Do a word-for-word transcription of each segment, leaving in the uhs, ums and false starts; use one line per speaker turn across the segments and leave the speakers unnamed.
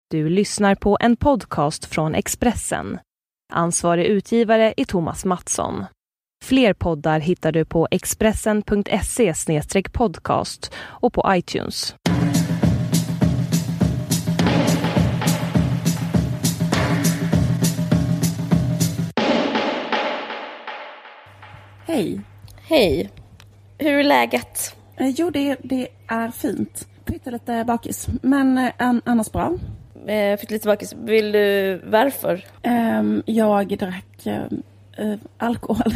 Du lyssnar på en podcast från Expressen. Ansvarig utgivare är Thomas Mattsson. Fler poddar hittar du på expressen punkt se slash podcast och på iTunes.
Hej.
Hej. Hur är läget?
Eh, jo, det, det är fint. Pytte lite bakis, men eh, annars bra.
Eh, fick lite bakis. Vill du... Varför?
Eh, jag drack eh, eh, alkohol.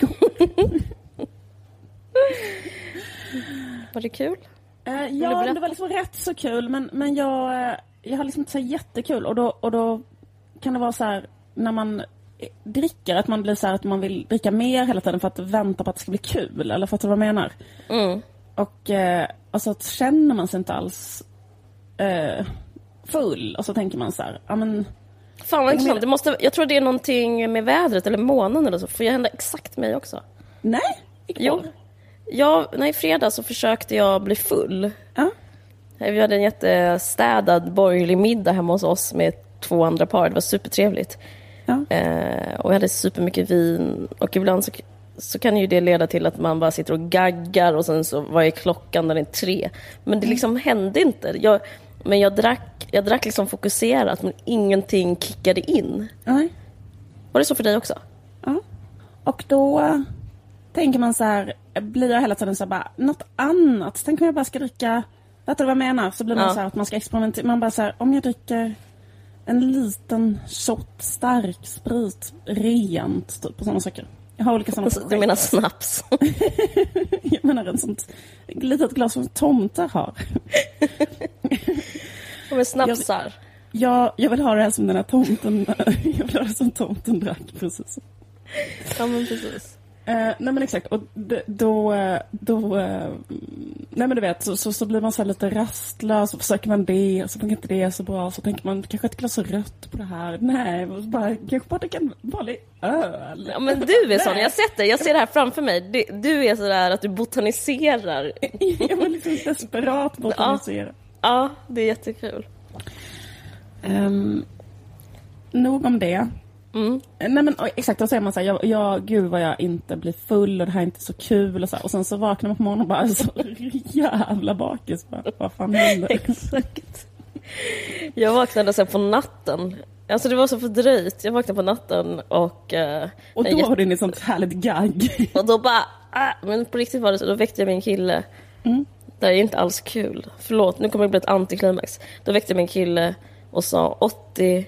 Var det kul?
Eh, ja, det var liksom rätt så kul, men, men jag, jag har liksom inte så jättekul. Och då, och då kan det vara så här, när man dricker, att man blir så här att man vill dricka mer hela tiden för att vänta på att det ska bli kul, eller för att vad jag menar.
Mm.
Och eh, alltså att känner man sig inte alls eh, full, och så tänker man så här, ja men...
Fan vad intressant, det måste, jag tror det är någonting med vädret eller månen eller så, får jag hända exakt mig också.
Nej,
jo. Jag, nej, i fredag så försökte jag bli full.
Ja.
Vi hade en jättestädad borgerlig middag hemma hos oss med två andra par, det var supertrevligt.
Ja.
Eh, och jag hade supermycket vin. Och ibland så, så kan ju det leda till att man bara sitter och gaggar. Och sen så, vad är klockan när det är tre? Men det liksom mm. hände inte. Jag, men jag drack, jag drack liksom fokuserat, men ingenting kickade in.
Mm.
Var det så för dig också?
Ja. Och då äh, tänker man så här, blir jag hela tiden så här, bara, något annat. Tänk om jag bara ska dricka, vet du vad jag menar? Så blir man
ja.
så här att man ska experimentera. Man bara så här, om jag dricker en liten shot stark sprit rent typ, på sådana saker. Jag har olika sådana
projekt. Du menar snaps?
Jag menar en sånt litet glas som tomtar har.
Och med snapsar?
Jag, jag, jag vill ha det här som den här tomten. Jag vill ha det som tomten drack, precis.
Ja, men precis.
Uh, nej men exakt, och d- då, då uh, nej men du vet, så, så, så blir man så här lite rastlös och försöker man det, och så funkar inte det så bra, så tänker man kanske ett glas rött på det här, nej, bara, kanske bara dricka en vanlig öl.
Ja, men du är sån, jag har sett det, jag ser det här framför mig, du, du är sådär att du botaniserar.
Jag var liksom desperat botanisera.
Ja, ja, det är jättekul.
Um, nog om det.
Mm.
Nej men exakt, då säger man så här, jag, jag, gud vad jag inte blir full och det här är inte så kul och så här, och sen så vaknar man på morgonen och bara så jävla bakis, bara, vad fan händer?
Exakt. Jag vaknade sen på natten, alltså det var så fördröjt, jag vaknade på natten och uh,
och då
jätt...
var det en sånt härligt gagg.
Och då bara, ah, men på riktigt var det så, då väckte jag min kille. Mm. Det är inte alls kul, förlåt, nu kommer det bli ett antiklimax. Då väckte jag min kille och sa åttio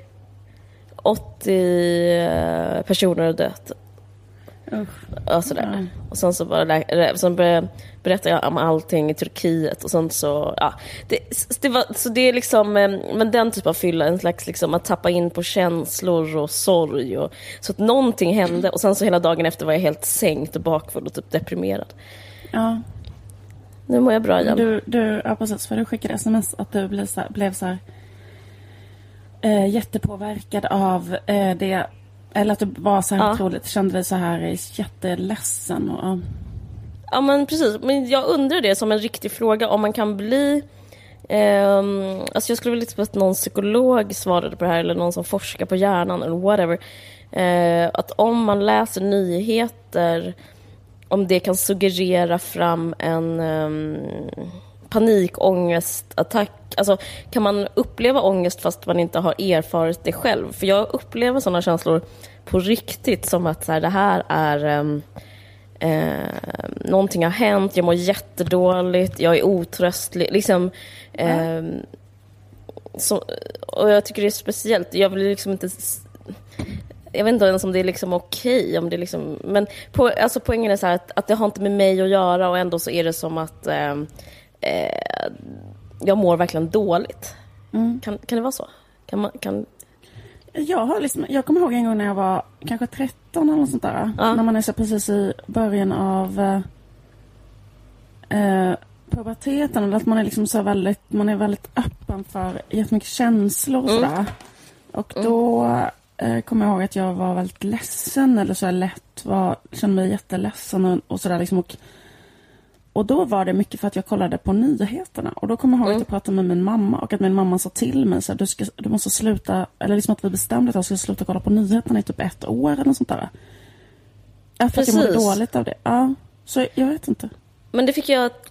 personer har dött.
Usch.
Och sådär.
Mm.
Och sen så bara lä- sen berättade jag om allting i Turkiet och sen så ja, det, det var så det är liksom, men den typ av fylla, en slags liksom att tappa in på känslor och sorg och så att någonting hände, och sen så hela dagen efter var jag helt sänkt och bakfull och typ deprimerad.
Ja.
Nu mår jag bra igen.
Du du ja precis, för du skickade sms att du blev så här, blev så här eh, jättepåverkad av eh, det, eller att du var så här
ja.
otroligt, kände dig så här jätteledsen och ja.
Ja men precis, men jag undrar det som en riktig fråga, om man kan bli eh, alltså jag skulle vilja lite på att någon psykolog svarade på det här, eller någon som forskar på hjärnan eller whatever, eh, att om man läser nyheter, om det kan suggerera fram en um, panikångestattack. Alltså kan man uppleva ångest fast man inte har erfarit det själv? För jag upplever sådana känslor på riktigt, som att så här, det här är um, eh, någonting har hänt, jag mår jättedåligt, jag är otröstlig liksom, eh, så, och jag tycker det är speciellt. Jag vill liksom inte, jag vet inte ens om det är liksom okej, om det liksom, men på, alltså poängen är så här att, att det har inte med mig att göra, och ändå så är det som att eh, eh, jag mår verkligen dåligt. Mm. Kan, kan det vara så? Kan man, kan...
Jag, har liksom, jag kommer ihåg en gång när jag var kanske tretton eller något sånt där. Ja. När man är så precis i början av eh, puberteten, eller att man är liksom så väldigt, man är väldigt öppen för jättemycket känslor och sådär. Mm. Och då eh, kommer jag ihåg att jag var väldigt ledsen, eller så här lätt var, kände mig jätteledsen och, och sådär liksom, och och då var det mycket för att jag kollade på nyheterna. Och då kommer jag ihåg mm. att jag pratade med min mamma. Och att min mamma sa till mig så här, du, ska, du måste sluta. Eller liksom att vi bestämde att jag skulle sluta kolla på nyheterna i typ ett år eller något sånt där. Ja, för att jag mådde dåligt av det. Ja, så jag vet inte.
Men det fick jag ett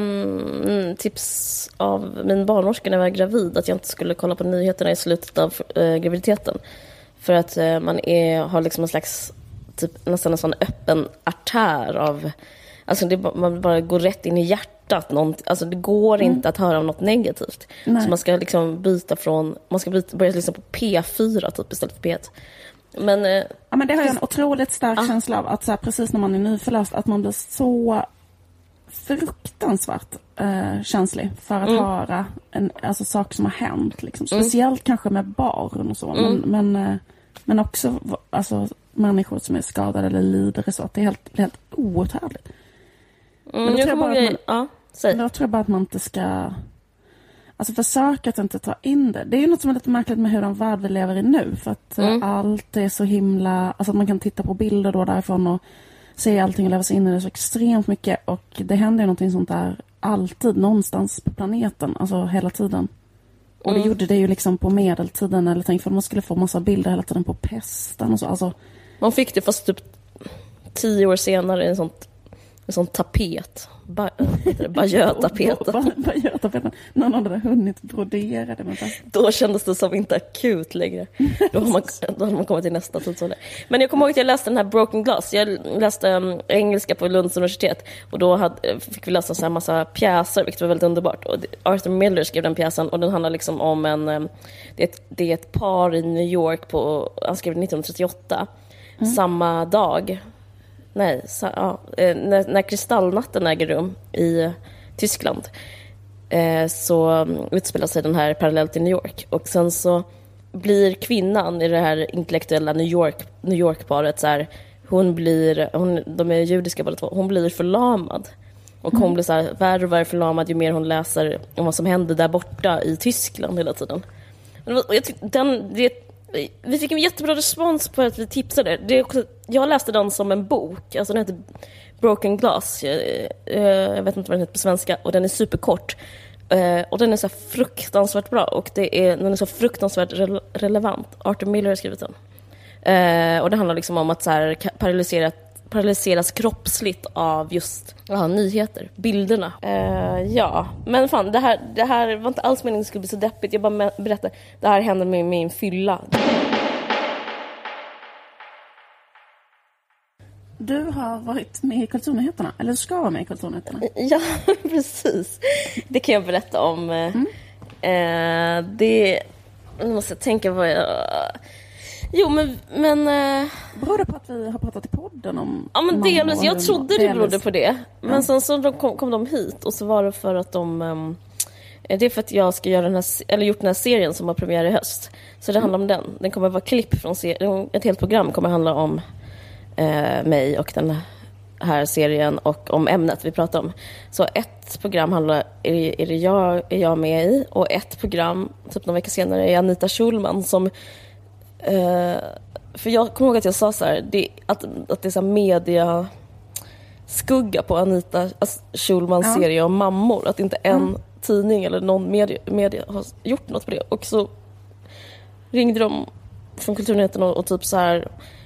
um, tips av min barnmorska när jag var gravid. Att jag inte skulle kolla på nyheterna i slutet av uh, graviditeten. För att uh, man är, har liksom en slags, typ, nästan en sån öppen artär av... Alltså det, man bara går rätt in i hjärtat. Alltså det går mm. inte att höra om något negativt. Nej. Så man ska liksom byta från... Man ska byta, börja lyssna på P fyra typ istället för P ett. Men, uh,
ja, men det har jag en otroligt stark uh. känsla av. Att så här, precis när man är nyförlöst, att man blir så... fruktansvärt eh, känslig för att mm. höra en, alltså, saker som har hänt. Liksom. Speciellt mm. kanske med barn och så. Mm. Men, men, eh, men också alltså, människor som är skadade eller lider och så. Att det är helt, helt outhärdligt.
Mm, men då tror jag bara att man, ja,
då tror jag bara att man inte ska... Alltså försöka att inte ta in det. Det är ju något som är lite märkligt med hur den värld vi lever i nu. För att mm. allt är så himla... Alltså att man kan titta på bilder då därifrån och se allting och leva sig in i det så extremt mycket. Och det händer ju någonting sånt där alltid, någonstans på planeten. Alltså hela tiden. Och det mm. gjorde det ju liksom på medeltiden. Eller tänk för att man skulle få massa bilder hela tiden på pesten och så. Alltså,
man fick det fast typ tio år senare i en sån en sån tapet. Ba, Bajö-tapeten.
Bajö-tapeten. Någon hade hunnit brodera det med fast.
Då kändes det som inte akut längre. Då har man, då har man kommit till nästa tidsålder. Men jag kommer ihåg att jag läste den här Broken Glass. Jag läste um, engelska på Lunds universitet. Och då hade, fick vi läsa en massa pjäser, vilket var väldigt underbart. Och Arthur Miller skrev den pjäsen. Och den handlar liksom om en... Um, det, är ett, det är ett par i New York på... Han skrev nittonhundratrettioåtta. Mm. Samma dag... Nej, så, ja, när, när kristallnatten äger rum i Tyskland eh, så utspelar sig den här parallellt i New York. Och sen så blir kvinnan i det här intellektuella New York, New York-paret så här, hon blir, hon, de är judiska båda två, hon blir förlamad. Och hon mm. blir så här, värre och värre förlamad ju mer hon läser om vad som hände där borta i Tyskland hela tiden. Och jag tyck, den, det Vi fick en jättebra respons på att vi tipsade. Det är också, jag läste den som en bok. Alltså den heter Broken Glass. Jag, jag vet inte vad den heter på svenska. Och den är superkort. Och den är så fruktansvärt bra. Och det är, den är så fruktansvärt re- relevant. Arthur Miller har skrivit den. Och det handlar liksom om att så här paralyserat paralyseras kroppsligt av just ja, nyheter, bilderna. Uh, ja, men fan, det här, det här var inte alls meningen att det skulle bli så deppigt. Jag bara berättar, det här hände med min fylla.
Du har varit med i Kulturnyheterna, eller du ska vara med i Kulturnyheterna.
Ja, precis. Det kan jag berätta om. Mm. Uh, det... Nu måste jag tänka vad jag... Jo, men... men uh...
beror det på att vi har pratat i podden om...
Ja, men delvis. Jag trodde det berodde på det. Men ja. Sen så de kom, kom de hit och så var det för att de... Um, det är för att jag ska göra den här... Eller gjort den här serien som har premiär i höst. Så det handlar om den. Den kommer vara klipp från serien. Ett helt program kommer handla om uh, mig och den här serien och om ämnet vi pratar om. Så ett program handlar, är, är, det jag, är jag med i. Och ett program, typ några veckor senare, är Anita Schulman som... Uh, för jag kommer ihåg att jag sa så här, det, att, att det är så här media skugga på Anita Schulmans ja. serie om mammor, att inte en mm. tidning eller någon media, media har gjort något på det. Och så ringde de från Kulturnyheterna och, och typ så här,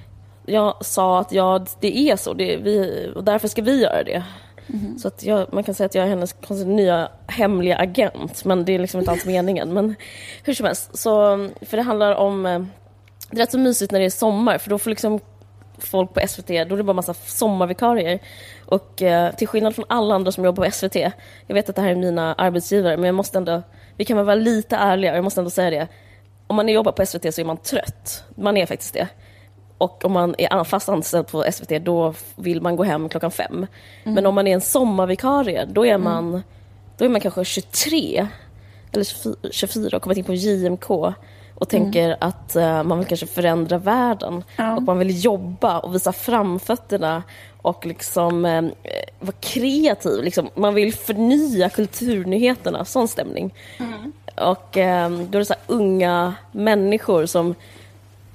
jag sa att ja, det är så, det, vi, och därför ska vi göra det. Mm. Så att jag, man kan säga att jag är hennes nya hemliga agent, men det är liksom inte alls meningen. Men hur som helst, så, för det handlar om... Det är rätt så mysigt när det är sommar, för då får liksom folk på S V T, då är det bara massa sommarvikarier. Och eh, till skillnad från alla andra som jobbar på S V T, jag vet att det här är mina arbetsgivare, men jag måste ändå, vi kan väl vara lite ärliga, jag måste ändå säga det. Om man jobbar på S V T så är man trött. Man är faktiskt det. Och om man är fast anställd på S V T, då vill man gå hem klockan fem. Mm. Men om man är en sommarvikarie, då är man, mm. då är man kanske tjugotre eller tjugofyra och kommit in på J M K och tänker mm. att uh, man vill kanske förändra världen. Ja. Och man vill jobba och visa framfötterna och liksom uh, vara kreativ. Liksom. Man vill förnya kulturnyheterna, sån stämning. Mm. Och uh, då är det så här unga människor som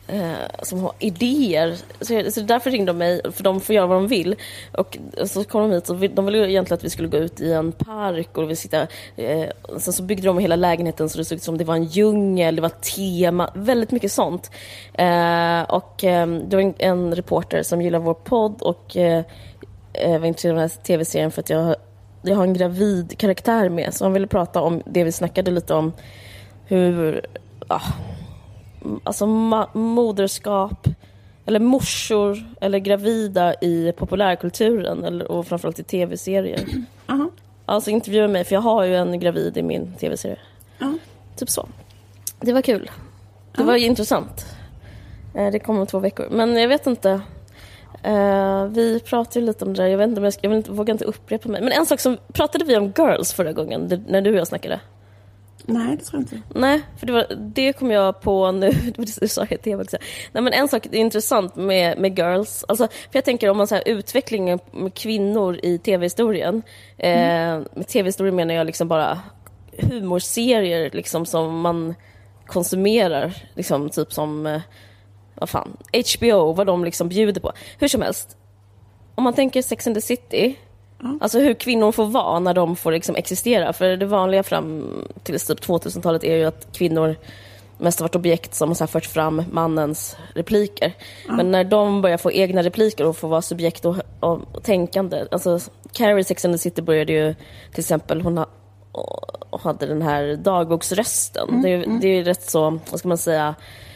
eh, som har idéer. Så, så därför ringde de mig, för de får göra vad de vill. Och så kom de hit och de ville egentligen att vi skulle gå ut i en park och vi sitta, eh, sen så byggde de hela lägenheten så det såg ut som det var en djungel, det var tema, väldigt mycket sånt. Eh, och eh, det var en, en reporter som gillar vår podd och eh, var intresserad av den här tv-serien för att jag, jag har en gravid karaktär med, så han ville prata om det vi snackade lite om, hur ah, alltså ma- moderskap eller morsor eller gravida i populärkulturen eller, och framförallt i tv-serier.
Uh-huh.
Alltså intervjua mig, för jag har ju en gravid i min tv-serie. Uh-huh. Typ så. Det var kul. Det uh-huh. var intressant. Det kommer om två veckor. Men jag vet inte. Uh, vi pratade ju lite om det där. Jag vet inte om jag, ska, jag, inte, jag vågar inte upprepa mig. Men en sak som pratade vi om Girls förra gången, det, när du och jag snackade.
Nej, det tror jag inte.
Nej, för det, var, det kom jag på nu. Det sa jag i tv också. Nej, men en sak är intressant med, med Girls. Alltså, för jag tänker om man så här, utvecklingen med kvinnor i tv-historien. Mm. Eh, med tv-historien menar jag liksom bara humorserier liksom, som man konsumerar. Liksom, typ som, eh, vad fan, H B O, vad de liksom bjuder på. Hur som helst. Om man tänker Sex and the City... Mm. Alltså hur kvinnor får vara när de får liksom existera. För det vanliga fram till typ tvåtusentalet är ju att kvinnor mest har varit objekt som har så här fört fram mannens repliker. Mm. Men när de börjar få egna repliker och får vara subjekt och, och, och tänkande. Alltså Carrie Sex and the City började ju till exempel, hon ha, och hade den här dagboksrösten. Mm. Det, är, det är rätt så, vad ska man säga,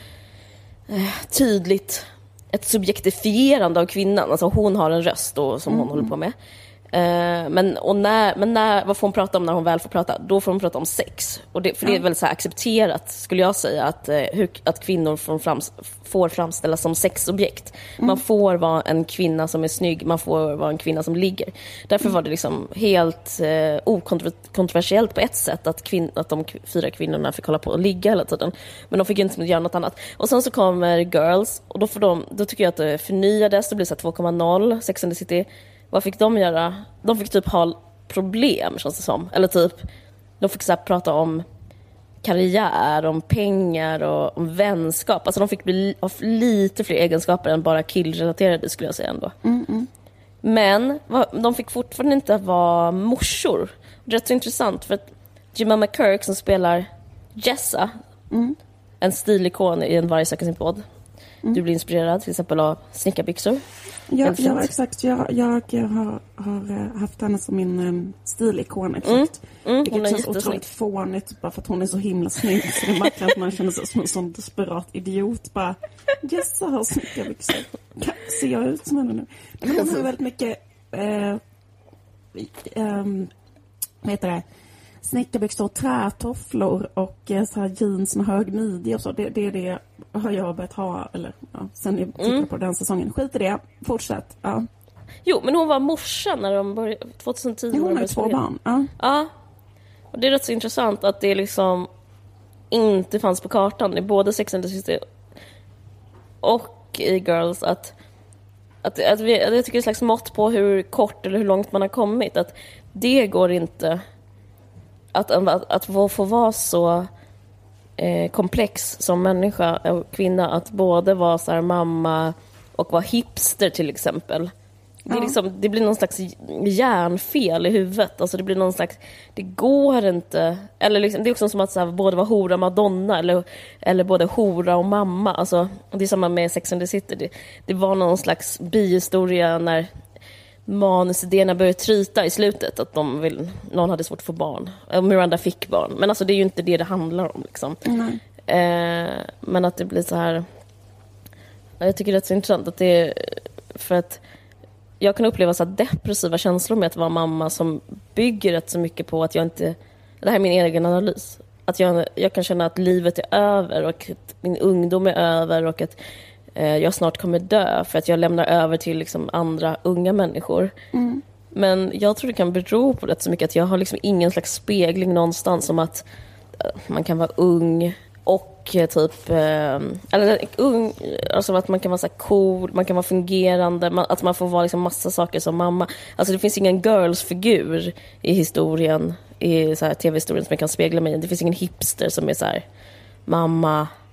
tydligt ett subjektifierande av kvinnan. Alltså hon har en röst då, som mm. hon håller på med. Uh, men, och när, men när, vad får hon prata om när hon väl får prata? Då får hon prata om sex. Och det, för det är väl så här accepterat, skulle jag säga, att, uh, hur, att kvinnor får, frams, får framställas som sexobjekt. Mm. Man får vara en kvinna som är snygg, man får vara en kvinna som ligger. Därför mm. var det liksom helt uh, okontroversiellt på ett sätt att, kvin, att de fyra kvinnorna fick hålla på och ligga hela tiden. Men de fick ju inte göra något annat. Och sen så kommer Girls, och då, får de, då tycker jag att det förnyades, det blir så här två komma noll, Sex and the City. Vad fick de göra? De fick typ ha problem, känns det som. Eller typ, de fick så här prata om karriär, om pengar och om vänskap. Alltså de fick bli, ha lite fler egenskaper än bara killrelaterade, skulle jag säga ändå. Mm, mm. Men de fick fortfarande inte vara morsor. Det är rätt så intressant, för att Jemima Kirk som spelar Jessa, mm. en stilikon i En varg söker sin podd. Mm. Du blir inspirerad till exempel av snickarbyxor.
Ja, ja, exakt. Jag, jag, jag har, har haft henne som min um, stilikon, exakt. Mm. Mm, vilket känns otroligt fånigt, bara för att hon är så himla snygg. Så det märker att man känner sig som en sån desperat idiot. Bara, Jessa har snickarbyxor. Ser jag ut som henne nu? Men hon har väldigt mycket, eh, um, vad heter det? Snickarbyxor, trätofflor och eh, så här jeans med hög midja och så. Det, det är det har jag börjat ha, eller ja, sen jag tittade mm. på den säsongen. Skit i det, fortsätt. Ja.
Jo, men hon var morsa när de började, tjugohundratio.
Jo, hon har två barn. Ja.
ja. Och det är rätt så intressant att det liksom inte fanns på kartan i både Sex and the City och i Girls. Att, att, att, vi, att jag tycker det är ett slags mått på hur kort eller hur långt man har kommit. Att det går inte att, att, att få, få vara så eh, komplex som människa och kvinna, att både vara så här mamma och vara hipster till exempel. Det, är liksom, det blir någon slags hjärnfel i huvudet. Alltså det blir någon slags, det går inte. Eller liksom, det är också som att så här, både vara hora och Madonna, eller, eller både hora och mamma. Alltså, det är samma med Sex and the City. Det, det var någon slags bihistoria när manusidéerna började tryta i slutet, att de vill, någon hade svårt att få barn. Miranda fick barn. Men alltså det är ju inte det det handlar om liksom. Mm. Eh, men att det blir så här, jag tycker det är rätt så intressant att det är, för att jag kan uppleva så här depressiva känslor med att vara mamma, som bygger rätt så mycket på att jag inte, det här är min egen analys, att jag, jag kan känna att livet är över och att min ungdom är över och att eh, jag snart kommer dö för att jag lämnar över till liksom andra unga människor. Mm. Men jag tror det kan bero på rätt så mycket att jag har liksom ingen slags spegling någonstans om att eh, man kan vara ung och typ eh, eller ung, alltså att man kan vara så cool, man kan vara fungerande, man, att man får vara liksom massa saker som mamma. Alltså det finns ingen girls-figur i historien, i så här tv-historien som jag kan spegla mig i. Det finns ingen hipster som är så här mamma,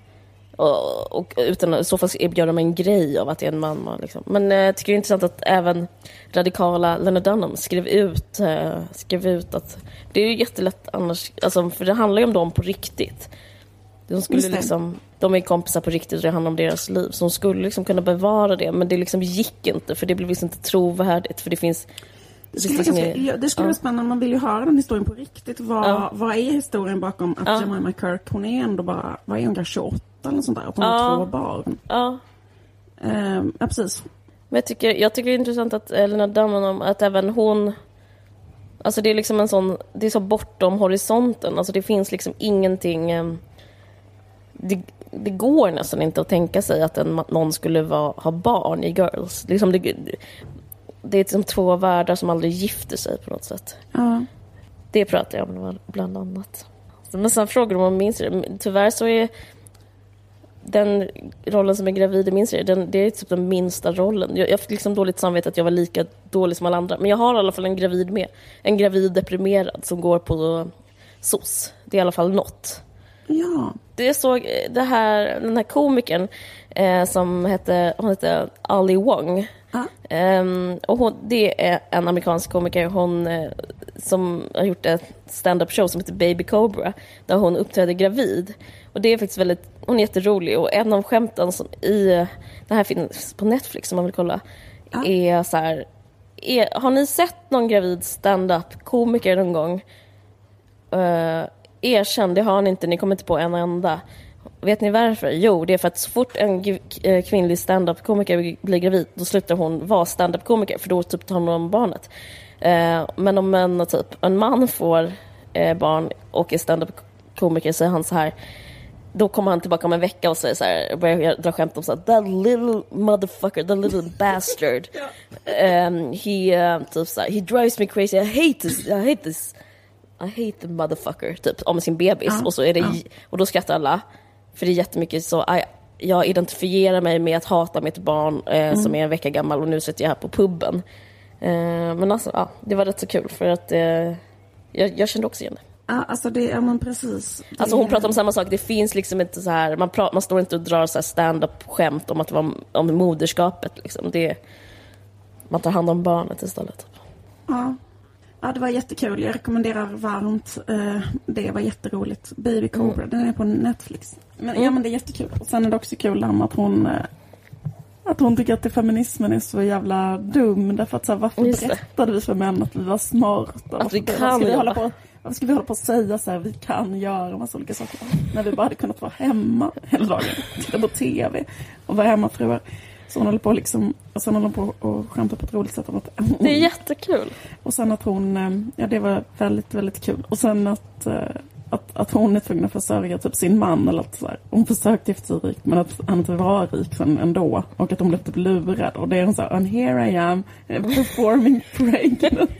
Och, och utan i så fall erbjuder de en grej av att det är en mamma. Liksom. Men jag eh, tycker det är intressant att även radikala Lena Dunham skrev ut, eh, skrev ut att det är ju jättelätt annars, alltså, för det handlar ju om dem på riktigt. De, skulle liksom, de är kompisar på riktigt och det handlar om deras liv. Så de skulle liksom kunna bevara det, men det liksom gick inte, för det blev liksom inte trovärdigt. För det finns...
Det skulle, liksom ganska, är, det skulle ja. vara spännande, man vill ju höra den historien på riktigt. Vad, ja. vad är historien bakom att ja. Jemima Kirk, hon är ändå bara, vad är hon, tjugoåtta eller sånt där? Att hon ja. har två barn.
Ja.
Um, ja, precis.
Men jag tycker, jag tycker det är intressant att Lena Dunham, att även hon... Alltså det är liksom en sån... Det är så bortom horisonten. Alltså det finns liksom ingenting... Um, det, det går nästan inte att tänka sig att en, någon skulle vara, ha barn i Girls. Liksom det, det är liksom två världar som aldrig gifter sig på något sätt.
Ja.
Det pratar jag om bland annat. Men sen frågar de om minns det. Tyvärr så är den rollen som är gravid i minns det, den, det är typ den minsta rollen. Jag, jag fick liksom dåligt samvete att jag var lika dålig som alla andra. Men jag har i alla fall en gravid med. En gravid deprimerad som går på S O S. Det är i alla fall något.
Ja.
Det såg det här, den här komikern eh, som hette, hon hette Ali Wong.
Ah.
Um, och hon, det är en amerikansk komiker hon, eh, som har gjort ett stand-up show som heter Baby Cobra, där hon uppträder gravid. Och det är faktiskt väldigt, hon är jätterolig. Och en av skämten som i den här finns på Netflix som man vill kolla ah. är så här, är, har ni sett någon gravid stand-up komiker någon gång? Uh, Erkänn, det har ni inte, ni kommer inte på en enda. Vet ni varför? Jo, det är för att så fort en g- kvinnlig stand-up-komiker blir gravid, då slutar hon vara stand-up-komiker, för då typ tar hon om barnet. Eh, men om en, typ, en man får eh, barn och är stand-up-komiker, säger han så här, då kommer han tillbaka om en vecka och säger så här, börjar dra skämt om så här, that little motherfucker, that little bastard. um, he, uh, typ så här, he drives me crazy, I hate this, I hate this. I hate the motherfucker, typ, om sin bebis. Ja, och, så är det, ja. Och då skrattar alla. För det är jättemycket så, I, jag identifierar mig med att hata mitt barn eh, mm. som är en vecka gammal och nu sitter jag här på pubben. Eh, men alltså, ja, det var rätt så kul för att eh, jag, jag kände också igen det.
Ja, alltså det är man precis. Det
alltså hon
är...
pratar om samma sak, det finns liksom inte så här, man, pra, man står inte och drar så här stand-up skämt om att vara om moderskapet liksom. Det, man tar hand om barnet istället.
Ja. Ja, det var jättekul. Jag rekommenderar varmt. Eh, det var jätteroligt. Baby Cobra, mm. den är på Netflix. Men, mm. Ja, men det är jättekul. Och sen är det också kul att hon, eh, att hon tycker att feminismen är så jävla dum. Därför att så här, varför berättade vi för män att vi var smarta?
Att vi kan
varför, ska vi hålla på, varför ska vi hålla på att säga så här, vi kan göra massa olika saker. När vi bara hade kunnat vara hemma hela dagen. Titta på tv och vara hemmafruar. Så hon håller på liksom, och sen håller hon på och skämta på ett roligt sätt om att hon,
det är jättekul.
Och sen att hon, ja det var väldigt, väldigt kul. Och sen att, att, att hon är tvungen att försörja typ sin man eller att så här, hon försökte gifta sig rikt men att han inte var rik sen ändå. Och att hon blev typ lurad. Och det är en så här, and here I am performing pregnant.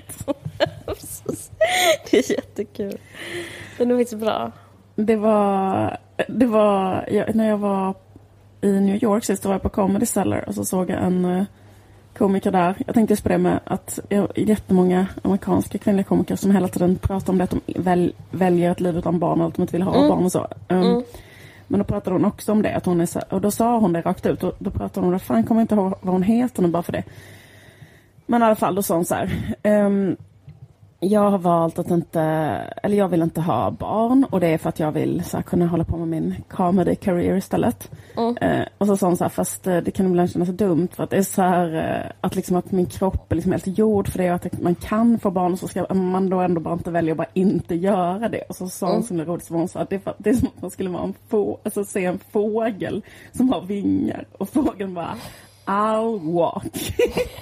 Det är jättekul. Den är faktiskt bra.
Det var, det var, jag, när jag var i New York så var jag på Comedy Cellar och så såg jag en uh, komiker där. Jag tänkte just på det med att jag, jättemånga amerikanska kvinnliga komiker som hela tiden pratar om det att de väl, väljer ett liv utan barn och att de inte vill ha mm. barn och så. Um, mm. Men då pratade hon också om det att hon är så, och då sa hon det rakt ut och då pratade hon om det, fan kommer inte ihåg vad hon heter nu bara för det. Men i alla fall då sa hon så här, um, jag har valt att inte, eller jag vill inte ha barn och det är för att jag vill så här, kunna hålla på med min comedy career istället. Mm. Eh, och så sa hon så här, fast eh, det kan ibland kännas så dumt för att det är så här eh, att liksom att min kropp är liksom helt gjord för det är att man kan få barn och så ska man då ändå bara inte välja att bara inte göra det. Och så sa hon mm. som det roligt som hon sa att det är, för, det är som att man skulle vara en få, alltså se en fågel som har vingar och fågeln bara I'll walk.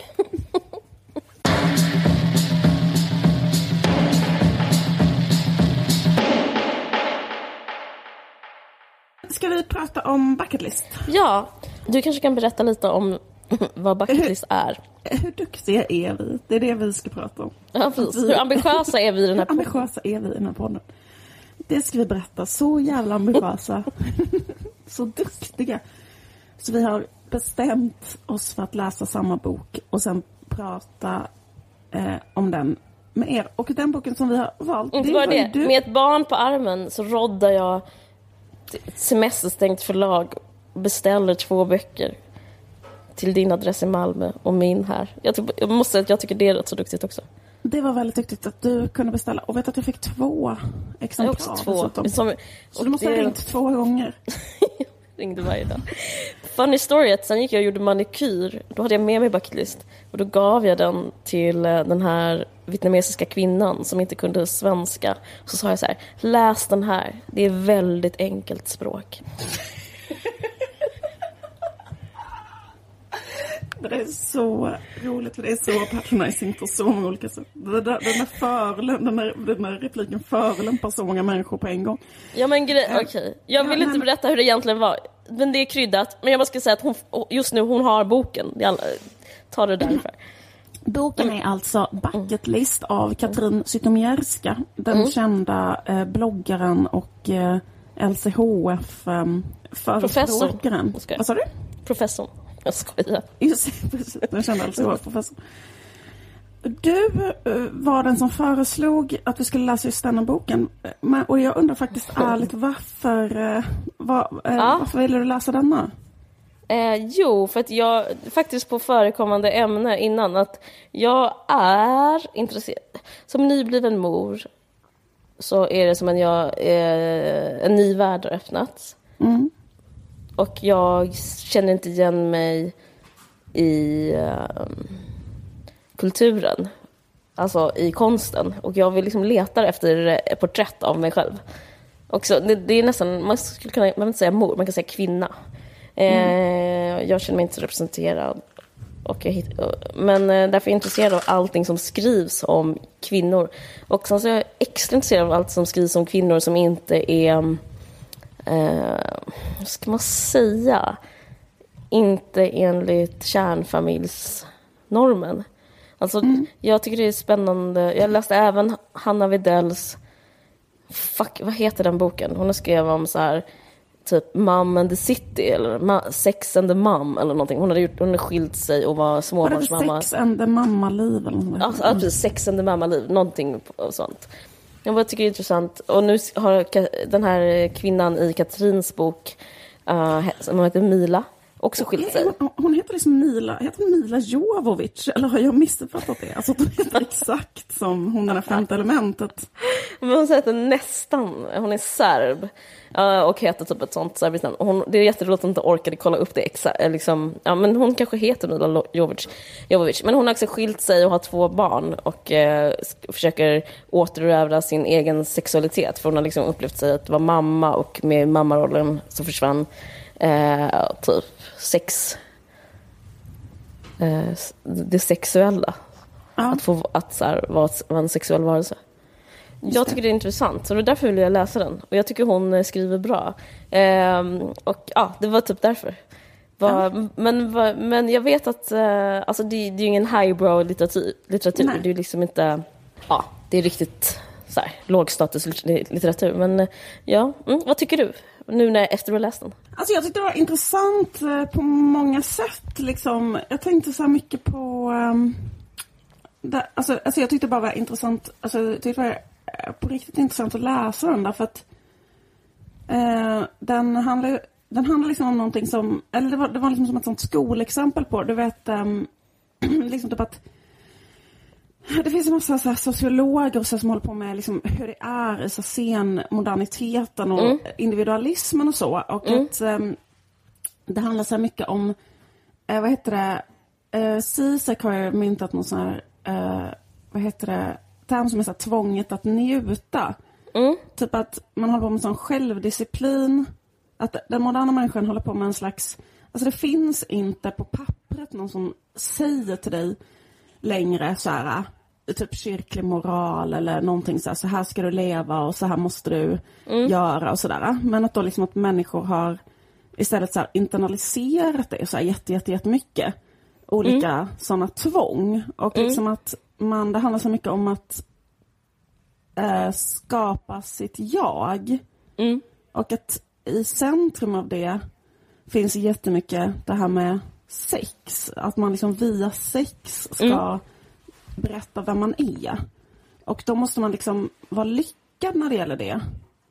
Ska vi prata om bucket list?
Ja, du kanske kan berätta lite om vad bucket list är.
Hur, hur duktiga är vi? Det är det vi ska prata om.
Ja, precis. Vi, hur ambitiösa är vi i den här podden?
Hur ambitiösa är vi i den här podden? Det ska vi berätta. Så jävla ambitiösa. Så duktiga. Så vi har bestämt oss för att läsa samma bok och sen prata eh, om den med er. Och den boken som vi har valt...
Inte bara det. Du... Med ett barn på armen så roddar jag ett semesterstängt förlag beställer två böcker till din adress i Malmö och min här. Jag, typ, jag måste säga att jag tycker det är rätt så duktigt också.
Det var väldigt duktigt att du kunde beställa. Och vet att jag fick två exemplar.
Jag också två. Som,
så du måste ha ringt två gånger.
Ringde varje dag. Funny story att sen gick jag och gjorde manikyr. Då hade jag med mig bucketlist. Och då gav jag den till den här vietnamesiska kvinnan som inte kunde svenska. Så sa jag så här: läs den här. Det är väldigt enkelt språk.
Det är så roligt för det är så patronizing på så många olika sätt. Den där, den där, förlöm, den där, den där repliken förolämpar så många människor på en gång.
Ja men grej, okej. Okay. Jag vill ja, inte men... berätta hur det egentligen var. Men det är kryddat. Men jag måste säga att hon, just nu hon har boken. Jag tar det därför.
Boken är alltså Bucket List av Katrin Zytomierska. Den mm. kända eh, bloggaren och eh, L C H F eh, förespråkaren. Vad sa du?
Professor. Jag skojar.
Just precis, den kände L C H F-professor. Du uh, var den som föreslog att vi skulle läsa just denna boken. Men, och jag undrar faktiskt ärligt varför, uh, var, uh, ja. varför ville du läsa denna?
Eh, jo, för att jag faktiskt på förekommande ämne innan att jag är intresserad. Som nybliven mor så är det som att jag, eh, en ny värld har öppnats. Mm. Och jag känner inte igen mig i uh, kulturen, alltså i konsten. Och jag vill liksom leta efter porträtt av mig själv. Och så, det, det är nästan, man skulle kunna, man vill inte säga mor, man kan säga kvinna. Mm. Eh, jag känner mig inte så representerad. Och jag hitt, men eh, därför är jag intresserad av allting som skrivs om kvinnor. Och sen så är jag extra intresserad av allt som skrivs om kvinnor som inte är... Eh, vad ska man säga, inte enligt kärnfamiljsnormen. Alltså, mm. jag tycker det är spännande. Jag läste även Hanna Widells, fuck, vad heter den boken? Hon har skrivit om så här typ Mom and the City eller Sex and the Mom eller någonting. Hon hade gjort, hon hade skilt sig och var småbarnsmamma.
Var det Sex and the Mamma-liv eller något?
Ja, ja, precis, Sex and the Mamma-liv, någonting och sånt. Jag tycker det är intressant. Och nu har den här kvinnan i Katrins bok uh, som heter Mila också skilt sig.
Hon, hon heter liksom Mila, heter Mila Jovovich, eller har jag missuppfattat det? Alltså hon heter exakt som hon, den här femte elementet.
Men hon heter nästan, hon är serb uh, och heter typ ett sånt serbiskt namn. Hon, det är jätteroligt att hon inte orkade kolla upp det exakt. Liksom, ja, men hon kanske heter Mila Jovovich, Jovovich. Men hon har också skilt sig och har två barn och uh, försöker återerövra sin egen sexualitet. För hon har liksom upplevt sig att vara mamma och med mammarollen så försvann uh, typ sex uh, det sexuella. Ja. Att få att så här, vara, vara en sexuell varelse. Jag tycker det är intressant, så det är därför vill jag läsa den. Och jag tycker hon skriver bra. Ehm, och ja, det var typ därför. Var, ja. men, var, men jag vet att uh, alltså det, det är ju ingen highbrow litteratur. litteratur. Det är ju liksom inte... Ja, det är riktigt så här, lågstatus litteratur. Men uh, ja, mm, vad tycker du? Nu när efter du har läst den.
Alltså jag tyckte det var intressant uh, på många sätt. Liksom. Jag tänkte så här mycket på... Um, där, alltså, alltså jag tyckte det bara var intressant. Alltså jag tyckte det var på riktigt intressant att läsa den där för att eh, den handlar den handlar liksom om någonting som, eller det var, det var liksom som ett sånt skolexempel på, du vet um, liksom typ att det finns en massa så här, sociologer och så här, som håller på med liksom, hur det är i så senmoderniteten och mm. individualismen och så, och mm. att um, det handlar så här mycket om eh, vad heter det eh, Zizek har ju myntat någon sån här eh, vad heter det term som är så här, tvånget att njuta. Mm. Typ att man håller på med sån självdisciplin. Att den moderna människan håller på med en slags... Alltså det finns inte på pappret någon som säger till dig längre så här, typ kyrklig moral eller någonting så här, så här ska du leva och så här måste du mm. göra och sådär. Men att då liksom att människor har istället så här internaliserat det så här jätte, jätte, jättemycket. Olika mm. sådana tvång. Och mm. liksom att man, det handlar så mycket om att äh, skapa sitt jag. Mm. Och att i centrum av det finns jättemycket det här med sex. Att man liksom via sex ska mm. berätta vem man är. Och då måste man liksom vara lyckad när det gäller det.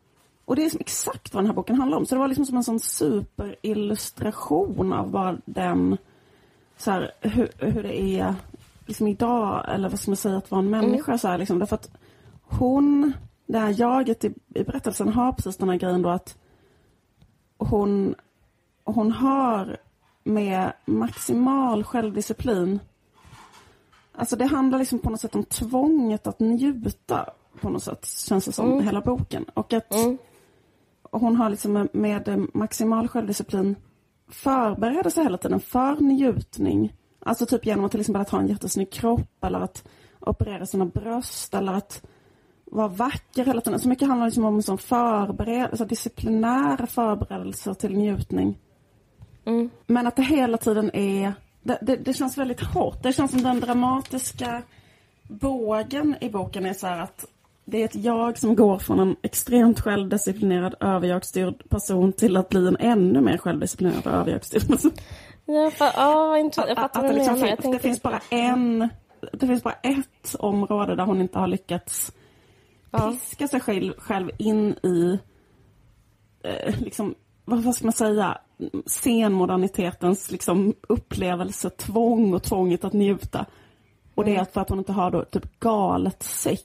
Och det är som exakt vad den här boken handlar om. Så det var liksom som en sån superillustration av bara den, så här, hur, hur det är liksom idag, eller vad ska man säga, att vara en människa. Mm. Så här, liksom, därför att hon, det här jaget i, i berättelsen har precis den här grejen då att hon, hon har med maximal självdisciplin, alltså det handlar liksom på något sätt om tvånget att njuta på något sätt, känns det som, mm. hela boken. Och att mm. hon har liksom med, med maximal självdisciplin förbereder sig hela tiden för njutning. Alltså typ genom att till exempel att ha en jättesnygg kropp, eller att operera sina bröst, eller att vara vacker hela tiden. Så mycket handlar liksom om som förberedelse, disciplinära förberedelser till njutning. Mm. Men att det hela tiden är, det, det, det känns väldigt hårt. Det känns som den dramatiska bågen i boken är så här att det är ett jag som går från en extremt självdisciplinerad, överjagstyrd person till att bli en ännu mer självdisciplinerad och överjagstyrd person.
Ja, för, oh, inte, jag fattar vad du
liksom
menar.
Fin, det finns bara en, det finns bara ett område där hon inte har lyckats ja. piska sig själv, själv in i eh, liksom, vad, vad ska man säga, scenmodernitetens liksom upplevelse, tvång och tvånget att njuta. Och det är för att hon inte har då typ galet sex.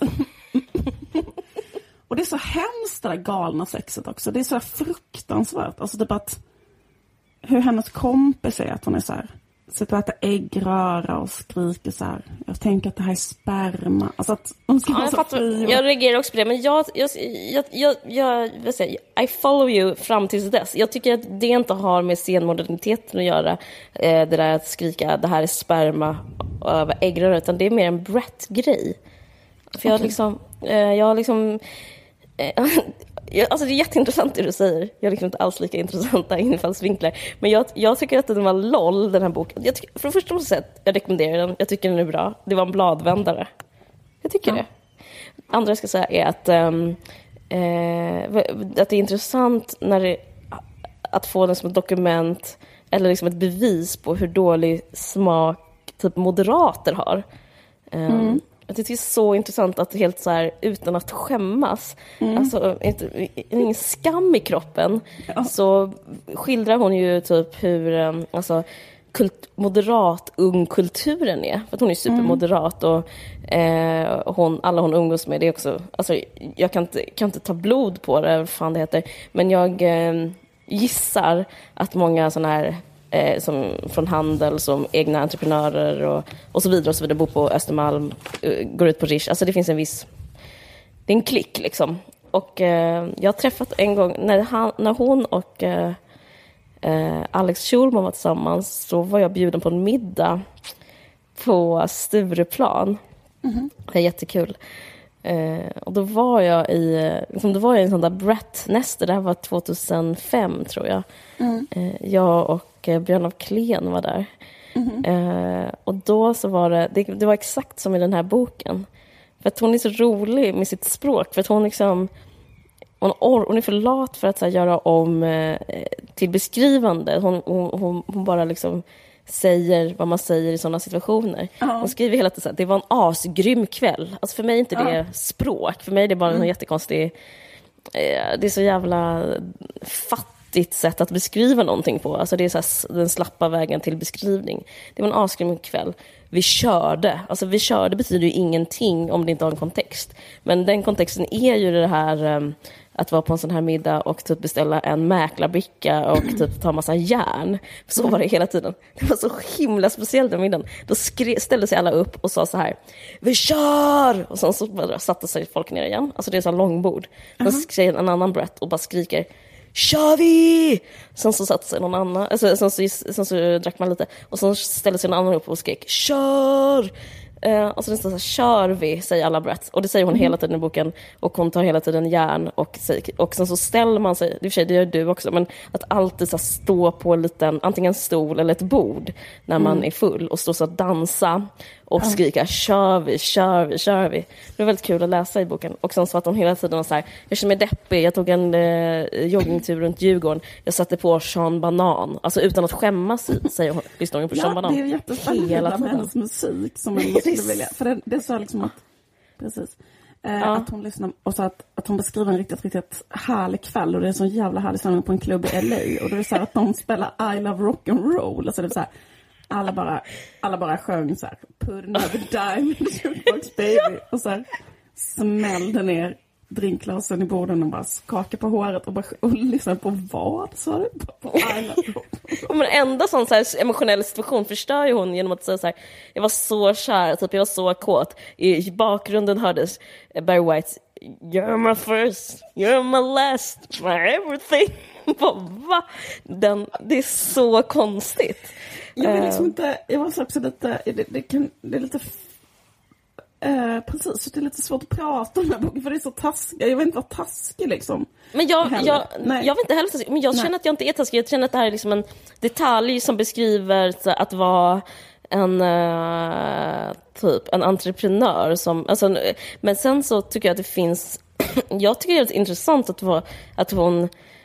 Och det är så hemskt det där galna sexet också. Det är så fruktansvärt. Alltså typ att hur hennes kompis är, att hon är så här, sitter och äter äggröra och skriker så här. Jag tänker att det här är sperma. Alltså att hon ska
ja,
vara
jag,
så
fattar,
fri och...
jag reagerar också på det. Men jag, jag, jag, jag, jag vill säga, I follow you fram tills dess. Jag tycker att det inte har med scenmoderniteten att göra. Eh, det där att skrika, det här är sperma över äggröra. Utan det är mer en Brett-grej. För jag okay. liksom... Eh, jag liksom... Eh, Alltså det är jätteintressant det du säger. Jag är liksom inte alls lika intressanta infallsvinklar. Men jag, jag tycker att den var LOL, den här boken. Jag tycker, för det första måste jag säga att jag rekommenderar den. Jag tycker den är bra. Det var en bladvändare. Jag tycker ja. det. Andra jag ska säga är att, um, eh, att det är intressant när det, att få den som ett dokument eller liksom ett bevis på hur dålig smak typ moderater har. Um, mm. Jag tycker det är så intressant att helt så här, utan att skämmas, mm. alltså inte, ingen skam i kroppen, ja. så skildrar hon ju typ hur alltså, kult, moderat ungkulturen är. För att hon är supermoderat och eh, hon, alla hon umgås med det är också, alltså jag kan inte, kan inte ta blod på det, vad fan det heter, men jag eh, gissar att många sådana här Eh, som från handel, som egna entreprenörer och, och så vidare och så vidare, bor på Östermalm, uh, går ut på Rish. Alltså det finns en viss, det är en klick liksom. Och eh, jag har träffat en gång när, han, när hon och eh, eh, Alex Schulman var tillsammans, så var jag bjuden på en middag på Stureplan. Mm-hmm. Det är jättekul. Eh, och då var jag i liksom, då var jag i en sån där Brett-näster. Det här var tjugohundrafem tror jag. Mm. eh, jag och eh, Björn af Kleen var där. Mm. eh, och då så var det, det det var exakt som i den här boken, för att hon är så rolig med sitt språk, för att hon liksom hon, or, hon är för lat för att så här, göra om eh, till beskrivande. Hon, hon, hon, hon bara liksom säger vad man säger i sådana situationer. Uh-huh. Hon skriver hela tiden så här, det var en asgrym kväll. Alltså för mig är inte det uh-huh. språk. För mig är det bara en mm. jättekonstig... Eh, det är så jävla fattigt sätt att beskriva någonting på. Alltså det är så här, den slappa vägen till beskrivning. Det var en asgrym kväll. Vi körde. Alltså vi körde betyder ju ingenting om det inte har en kontext. Men den kontexten är ju det här... Um, att vara på en sån här middag och typ beställa en mäklarbricka och typ ta massa järn. Så var det hela tiden. Det var så himla speciellt den middagen. Då skre- ställde sig alla upp och sa så här: vi kör! Och sen så bara satte sig folk ner igen. Alltså det är så här långbord. Sen uh-huh. skrev en annan Brett och bara skriker: kör vi! Sen så satte sig någon annan. Alltså, sen, så, sen så drack man lite. Och sen ställde sig en annan upp och skrek: kör! Uh, och så det står så här, kör vi, säger alla Brett. Och det säger hon mm. hela tiden i boken. Och hon tar hela tiden järn. Och, och sen så ställer man sig, det, för sig, det gör du också, men att alltid så här, stå på en liten, antingen en stol eller ett bord när man mm. är full. Och stå så att dansa och mm. skrika: kör vi, kör vi, kör vi. Det var väldigt kul att läsa i boken. Och sen så att hon hela tiden var så här: jag känner mig deppig, jag tog en eh, joggingtur runt Djurgården. Jag satte på Sean Banan. Alltså utan att skämmas, säger hon. Lyssnar hon på
ja,
Sean Banan.
Ja, det är jättespännande med hennes musik som man skulle vilja. För det, det sa liksom att... Precis. Eh,
ja.
Att hon lyssnar och så att, att hon beskriver en riktigt, riktigt härlig kväll och det är en sån jävla härlig stämning på en klubb i L A och det är så här att de spelar I Love Rock and Roll, alltså det är så här, alla bara alla bara sjöng så här Put another dime in the jukebox baby och så här smällde ner drinkglasen i borden och bara skakade på håret och bara och lyssnade på vad sa du? På I Love Rock.
Men enda sån så här emotionell situation förstör ju hon genom att säga så här: jag var så kär, typ jag var så kåt. I bakgrunden hördes Barry White: you're my first, you're my last, my everything. Va? Den, det är så konstigt.
Jag vill liksom inte, jag var också lite, det, det, kan, det är lite eh, precis, så det är lite svårt att prata om den här boken för det är så taskigt, jag vill inte vara taskig liksom.
Men jag, jag, jag vet inte heller taskig, men jag känner
Nej.
att jag inte är taskig, jag känner att det här är liksom en detalj som beskriver så, att vara en uh, typ en entreprenör som, alltså, men sen så tycker jag att det finns jag tycker det är intressant att, vara, att hon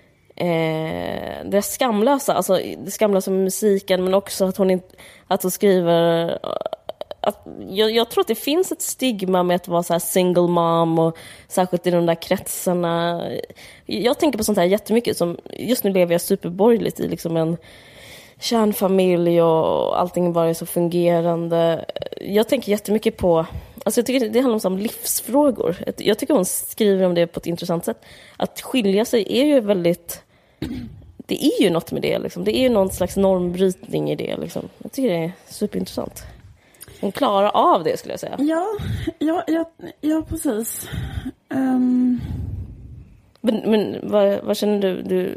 eh, det skamlösa, alltså det skamlösa med musiken, men också att hon inte, att hon skriver att, jag, jag tror att det finns ett stigma med att vara så här single mom och särskilt i de där kretsarna. Jag tänker på sånt här jättemycket, som just nu lever jag superborgerligt i liksom en kärnfamilj och allting bara är så fungerande. Jag tänker jättemycket på, alltså jag tycker det handlar om livsfrågor. Jag tycker hon skriver om det på ett intressant sätt. Att skilja sig är ju väldigt, det är ju något med det liksom. Det är ju någon slags normbrytning i det liksom. Jag tycker det är superintressant. Hon klarar av det, skulle jag säga.
Ja, ja, ja, ja precis. Um...
Men, men vad, vad känner du? du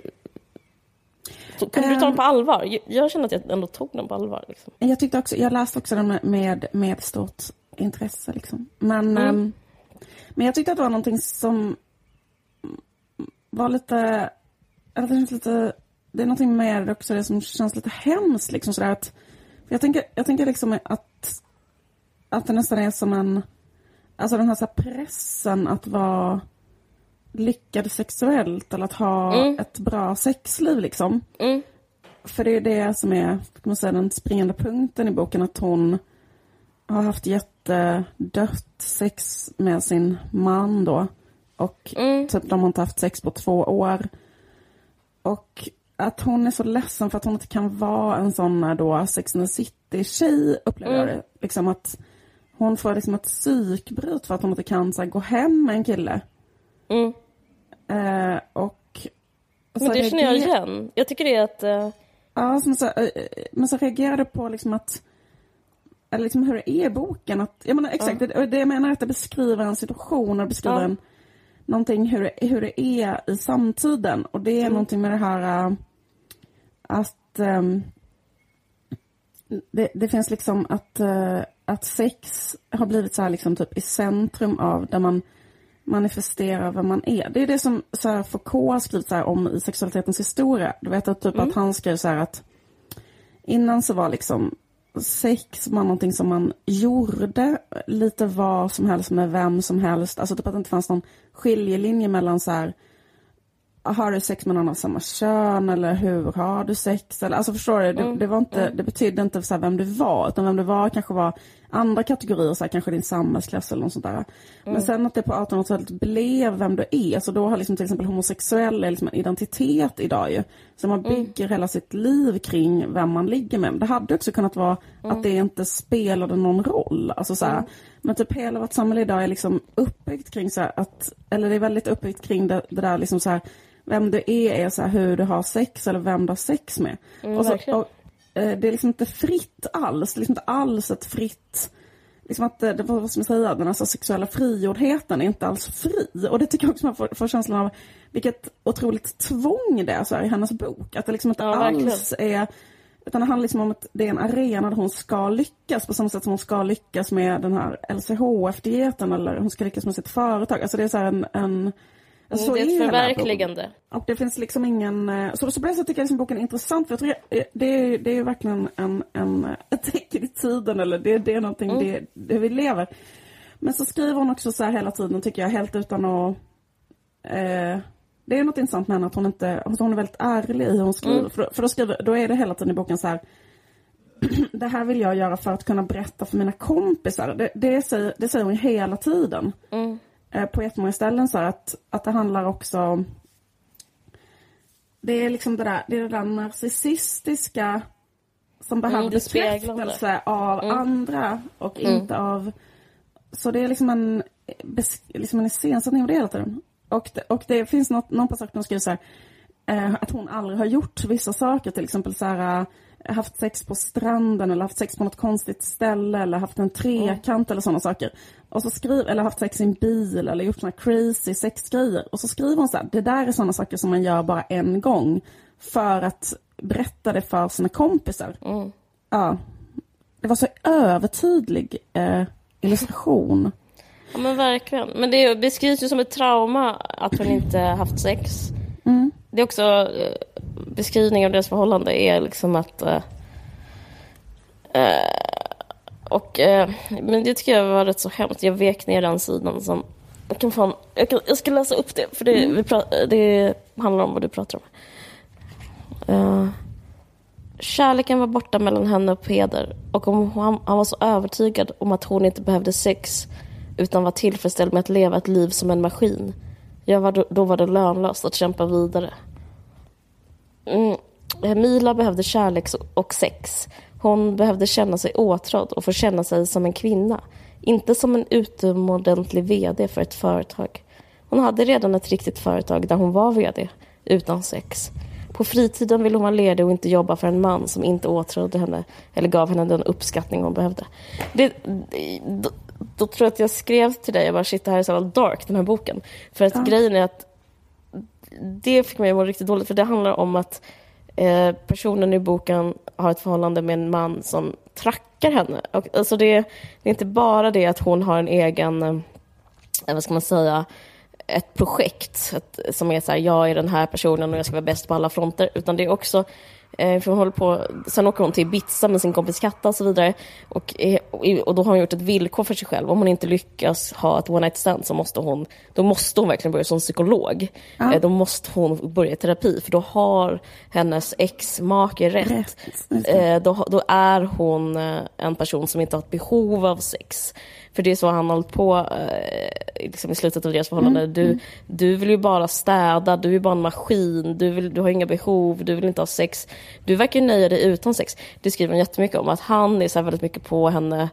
Kunde du ta den på allvar? Jag, jag känner att jag ändå tog den på allvar. Liksom.
Jag tyckte också, jag läste också den med, med stort intresse. Liksom. Men,
mm.
um, men jag tyckte att det var någonting som var lite, eller det känns lite, det är någonting med det också, det som känns lite hemskt. Liksom, sådär att, jag tänker, jag tänker liksom att, att det nästan är som en, alltså den här, så här pressen att vara lyckad sexuellt eller att ha mm. ett bra sexliv liksom.
Mm.
För det är det som är, kan man säga, den springande punkten i boken, att hon har haft jättedött sex med sin man då och
mm.
typ de har inte haft sex på två år och att hon är så ledsen för att hon inte kan vara en sån då Sex and the City-tjej, upplever jag
mm.
det. Liksom att hon får liksom ett psykbryt för att hon inte kan så här, gå hem med en kille.
Mm.
Uh, och
men det känner jag igen. Jag tycker det är att uh...
ja, men så, uh, men så reagerade på liksom att, eller liksom hur det är i boken att, jag menar exakt, uh. det, det jag menar är att det beskriver en situation och beskriver uh. en, någonting hur det, hur det är i samtiden, och det är mm. någonting med det här uh, att um, det, det finns liksom att uh, att sex har blivit så här liksom typ i centrum av där man manifesterar vad man är. Det är det som så här, Foucault har skrivit så här om i sexualitetens historia. Du vet att typ mm. att han skrev så här att innan så var liksom sex var någonting som man gjorde lite vad som helst med vem som helst. Alltså typ att det inte fanns någon skiljelinje mellan så här, har du sex med någon av samma kön eller hur har du sex, eller alltså förstår du, det,
mm.
det var inte,
mm.
det betydde inte så här vem du var, utan vem du var kanske var andra kategorier, så här, kanske din samhällsklass eller något sånt där. Mm. Men sen att det på artonhundratalet blev vem du är, så då har liksom till exempel homosexuell liksom en identitet idag ju, så man bygger mm. hela sitt liv kring vem man ligger med. Det hade också kunnat vara mm. att det inte spelade någon roll, alltså så här, mm. men typ hela vårt samhälle idag är liksom uppbyggt kring så här att, eller det är väldigt uppbyggt kring det, det där liksom så här, vem du är är så här hur du har sex eller vem du har sex med.
Mm,
och så, och, eh, det är liksom inte fritt alls. Det är liksom inte alls ett fritt, liksom att det, vad ska man säga, den alltså sexuella frigjordheten är inte alls fri. Och det tycker jag också man får, får känslan av vilket otroligt tvång det är så här, i hennes bok. Att det liksom inte
ja,
alls är, utan det handlar liksom om att det är en arena där hon ska lyckas på samma sätt som hon ska lyckas med den här L C H F-dieten, eller hon ska lyckas med sitt företag. Alltså det är så här en, en
alltså så det är ett förverkligande.
Och det finns liksom ingen, så, så på det sättet tycker jag liksom boken är intressant, för jag tror det, det, är, det är ju verkligen en, en, ett tecken i tiden, eller det, det är någonting, mm. det, det vi lever. Men så skriver hon också så här hela tiden, tycker jag, helt utan att eh, det är något intressant med henne att hon inte, hon är väldigt ärlig i hur hon skriver, mm. för, för då, skriver, då är det hela tiden i boken så här: det här vill jag göra för att kunna berätta för mina kompisar. Det, det, säger, det säger hon hela tiden.
Mm.
eh, på jättemånga ställen så här att, att det handlar också om, det är liksom det där, det är det där narcissistiska som behöver mm, bekräftelse av mm. andra och mm. inte av, så det är liksom en, liksom en iscensättning av det hela tiden. Och det, och det finns något, någon passage som skriver så här, eh, att hon aldrig har gjort vissa saker, till exempel så här, haft sex på stranden eller haft sex på något konstigt ställe eller haft en trekant mm. eller sådana saker. Och så skriver, eller haft sex i en bil eller gjort såna crazy sexgrejer. Och så skriver hon så här, det där är sådana saker som man gör bara en gång för att berätta det för sina kompisar. Mm. Ja. Det var så övertydlig eh, illustration.
Ja men verkligen. Men det beskrivs ju som ett trauma att hon inte haft sex. Mm. Det är också beskrivningen av deras förhållande är liksom att äh, och äh, men det tycker jag var rätt så hemskt. Jag vek ner den sidan som jag kan fan, jag, kan, jag ska läsa upp det för det, mm. vi pratar, det handlar om vad du pratar om. Uh, kärleken var borta mellan henne och Peder, och om han, han var så övertygad om att hon inte behövde sex utan var tillfredsställd med att leva ett liv som en maskin. Jag var då, då var det lönlöst att kämpa vidare. Mm. Mila behövde kärlek och sex. Hon behövde känna sig åtrådd och få känna sig som en kvinna. Inte som en utomordentlig vd för ett företag. Hon hade redan ett riktigt företag där hon var vd utan sex. På fritiden ville hon vara ledig och inte jobba för en man som inte åtrådde henne eller gav henne den uppskattning hon behövde. Det, då, då tror jag att jag skrev till dig, jag bara shit, det här är så dark, den här boken. För att ja. grejen är att det fick mig att må riktigt dåligt, för det handlar om att eh, personen i boken har ett förhållande med en man som trackar henne. Och, alltså det, det är inte bara det att hon har en egen, eh, vad ska man säga, ett projekt ett, som är så här, jag är den här personen och jag ska vara bäst på alla fronter, utan det är också eh, för hon håller på, sen åker hon till Ibiza med sin kompis Katta och så vidare, och, och då har hon gjort ett villkor för sig själv. Om hon inte lyckas ha ett one night stand så måste hon, då måste hon verkligen börja som psykolog. Ja. Eh, då måste hon börja i terapi, för då har hennes ex-make rätt. rätt. Eh, då, då är hon en person som inte har ett behov av sex. För det är så han har hållit på eh, liksom i slutet av deras förhållande. Mm. Du, du vill ju bara städa, du är bara en maskin, du, vill, du har inga behov, du vill inte ha sex. Du verkar nöja dig utan sex. Det skriver han jättemycket om, att han är så här väldigt mycket på henne.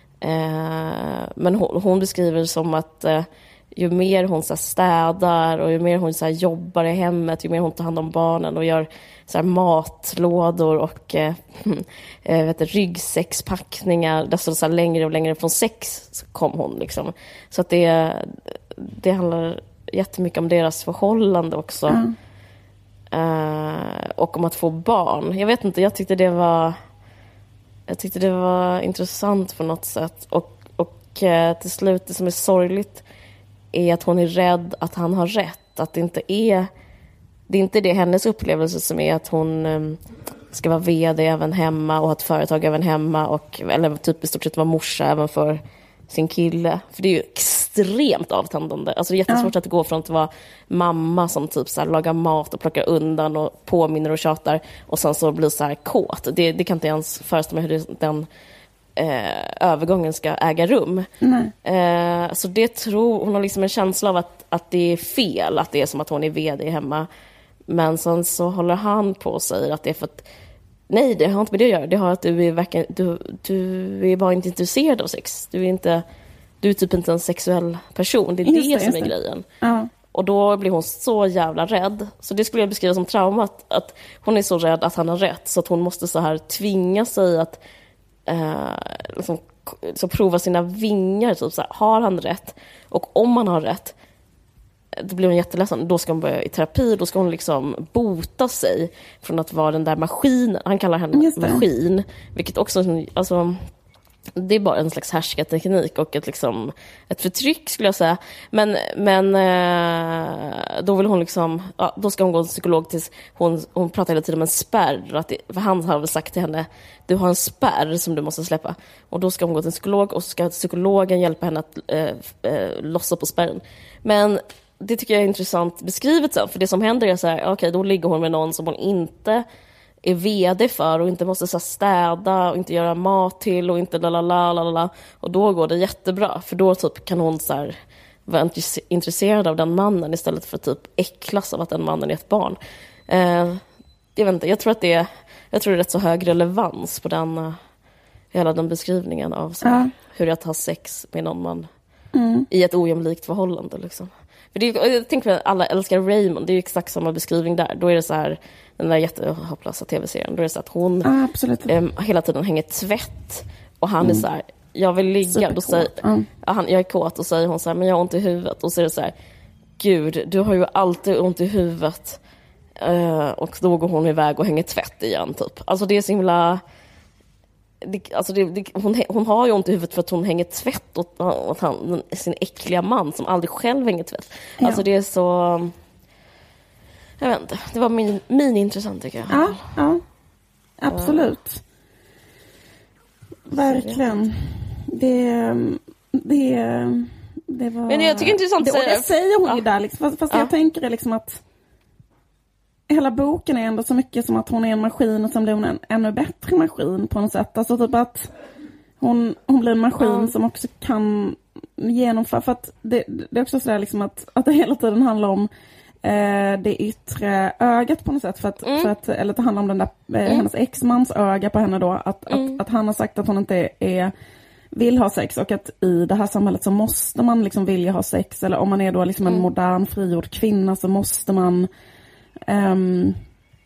Eh, men hon, hon beskriver det som att eh, ju mer hon så här städar och ju mer hon så här jobbar i hemmet, ju mer hon tar hand om barnen och gör så här matlådor och eh, äh, vet du, ryggsäckspackningar, desto så här längre och längre från sex kom hon liksom. Så att det, det handlar jättemycket om deras förhållande också. Mm. Uh, och om att få barn. Jag vet inte, jag tyckte det var jag tyckte det var intressant på något sätt. Och, och uh, till slut, det som är sorgligt är att hon är rädd att han har rätt. Att det inte är det är inte det hennes upplevelse som är att hon um, ska vara vd även hemma och ha ett företag även hemma, och eller typ i stort sett vara morsa även för sin kille. För det är ju extremt avtändande. Alltså det är jättesvårt ja. att gå från att vara mamma som typ så här lagar mat och plockar undan och påminner och tjatar, och sen så blir så här kåt. Det, det kan inte ens föreställa mig hur den eh, övergången ska äga rum. Mm. Eh, så det tror hon har liksom en känsla av att, att det är fel, att det är som att hon är vd hemma. Men sen så håller han på och säger att det är för att nej, det har inte med det att göra. Det har att du är verkligen, du, du är bara inte intresserad av sex. Du är inte, du är typ inte en sexuell person. Det är just det, det som är det. grejen. Uh-huh. Och då blir hon så jävla rädd. Så det skulle jag beskriva som trauma, att, att hon är så rädd att han har rätt, så att hon måste så här tvinga sig att eh, liksom, så prova sina vingar. Typ så här, har han rätt? Och om han har rätt, då blir hon jätteledsen. Då ska hon börja i terapi. Då ska hon liksom bota sig från att vara den där maskinen. Han kallar henne maskin. Vilket också, alltså, det är bara en slags härskarteknik och ett, liksom, ett förtryck skulle jag säga. Men, men då vill hon liksom, ja, då ska hon gå en psykolog tills hon, hon pratar hela tiden om en spärr. Att det, för han har väl sagt till henne, du har en spärr som du måste släppa. Och då ska hon gå till en psykolog, och så ska psykologen hjälpa henne att äh, äh, lossa på spärren. Men det tycker jag är intressant beskrivet sen. För det som händer är så här, okej, okay, då ligger hon med någon som hon inte är vd för och inte måste så städa och inte göra mat till och inte lalala lalala. Och då går det jättebra, för då typ kan hon så här vara intresserad av den mannen istället för typ äcklas av att den mannen är ett barn. Eh, jag vet inte, jag tror att det är, jag tror det är rätt så hög relevans på den, uh, hela den beskrivningen av så, ja. hur det är att ha sex med någon man mm. i ett ojämlikt förhållande liksom. För det är, jag tänker att alla älskar Raymond, det är ju exakt samma beskrivning där. Då är det så här, den där jättehopplösa tv-serien, då är det så att hon
ja, absolut.
Eh, hela tiden hänger tvätt och han mm. är så här, jag vill ligga, då säger, mm. ja, han, jag är kåt och säger hon så här, men jag har ont i huvudet, och så är det så här, gud, du har ju alltid ont i huvudet. Uh, och då går hon iväg och hänger tvätt igen typ. Alltså det är så himla det, alltså det, det, hon, hon har ju ont i huvudet för att hon hänger tvätt åt, åt han, sin äckliga man som aldrig själv hänger tvätt. Ja. Alltså det är så, jag vet inte, det var min, min intressant tycker jag.
Ja, ja. Absolut. Ja. Verkligen. Det det det var
men jag tycker det är intressant
det, och det säger hon
ja.
ju där liksom, fast, fast
ja.
jag tänker liksom att hela boken är ändå så mycket som att hon är en maskin och sen blir hon en ännu bättre maskin på något sätt. Alltså typ att hon, hon blir en maskin mm. som också kan genomföra, för att det, det är också sådär liksom att, att det hela tiden handlar om eh, det yttre ögat på något sätt. För att, mm. för att, eller det handlar om den där, eh, mm. hennes exmans öga på henne då. Att, mm. att, att han har sagt att hon inte är, vill ha sex, och att i det här samhället så måste man liksom vilja ha sex. Eller om man är då liksom en mm. modern frigjord kvinna så måste man Um,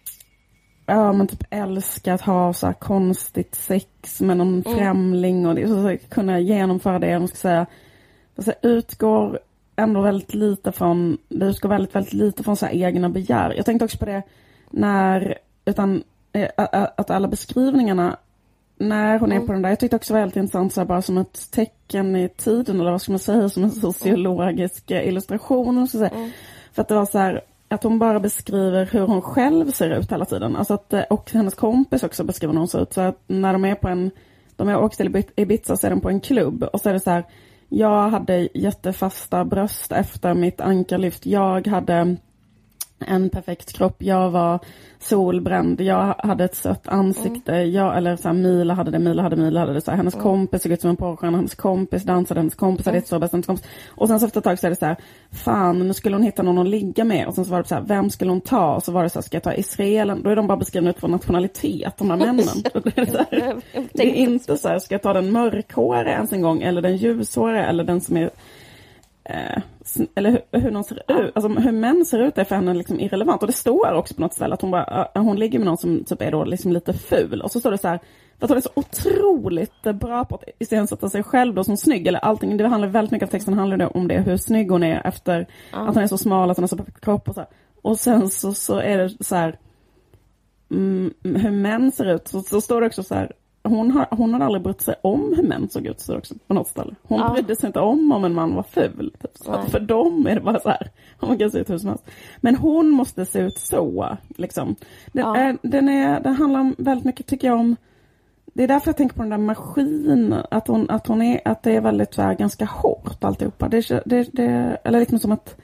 ja, men typ älskar att ha så här konstigt sex med någon mm. främling och det, så, så kunna genomföra det, jag ska säga. Alltså, utgår ändå väldigt lite från, det utgår väldigt, väldigt lite från så här egna begär. Jag tänkte också på det när, utan äh, att alla beskrivningarna när hon mm. är på den där, jag tyckte också var väldigt intressant så här, bara som ett tecken i tiden, eller vad ska man säga, som en sociologisk mm. illustration, så att säga. Mm. För att det var så här att hon bara beskriver hur hon själv ser ut hela tiden. Alltså att, och hennes kompis också beskriver hur hon ser ut. Så att när de är på en, de är åkt till Ibiza, så är de på en klubb. Och så är det så här, jag hade jättefasta bröst efter mitt ankarlyft. Jag hade en perfekt kropp. Jag var solbränd. Jag hade ett sött ansikte. Mm. Jag, eller så här, Mila hade det, Mila hade Mila hade det. Så här, hennes mm. kompis såg ut som en porrstjärna. Hennes kompis dansade. Hennes kompis hade ett så bäst. Hennes kompis. Och sen så efter ett tag så är det så här, fan, nu skulle hon hitta någon att ligga med. Och sen så var det så här, vem skulle hon ta? Och så var det så här, ska jag ta Israelen? Då är de bara beskrivna ut från nationalitet, de här männen. det, är så här, det är inte så här, ska jag ta den mörkhåriga ens en gång? Eller den ljushåriga? Eller den som är... Eh, eller hur, hur någon ser ut, alltså hur män ser ut är för henne liksom irrelevant. Och det står också på något ställe att hon bara, hon ligger med någon som typ är då liksom lite ful, och så står det så här, för att hon är så otroligt bra på att iscensätta sig själv då som snygg, eller allting, det handlar väldigt mycket av texten handlar om det, hur snygg hon är efter mm. att hon är så smal, att hon har så perfekt kropp och så här. Och sen så, så är det så här mm, hur män ser ut, så, så står det också så här, Hon har, hon har aldrig brytt sig om hur män såg ut, så också på något ställe. Hon ja. brydde sig inte om om en man var ful. Typ. Så att för dem är det bara så här, hon kan se ut hur som helst. Men hon måste se ut så, liksom. Den, ja. är, den, är, den handlar väldigt mycket, tycker jag, om... Det är därför jag tänker på den där maskinen. Att, hon, att, hon är, att det är väldigt så här, ganska hårt alltihopa. Det, det, det, eller liksom som ett,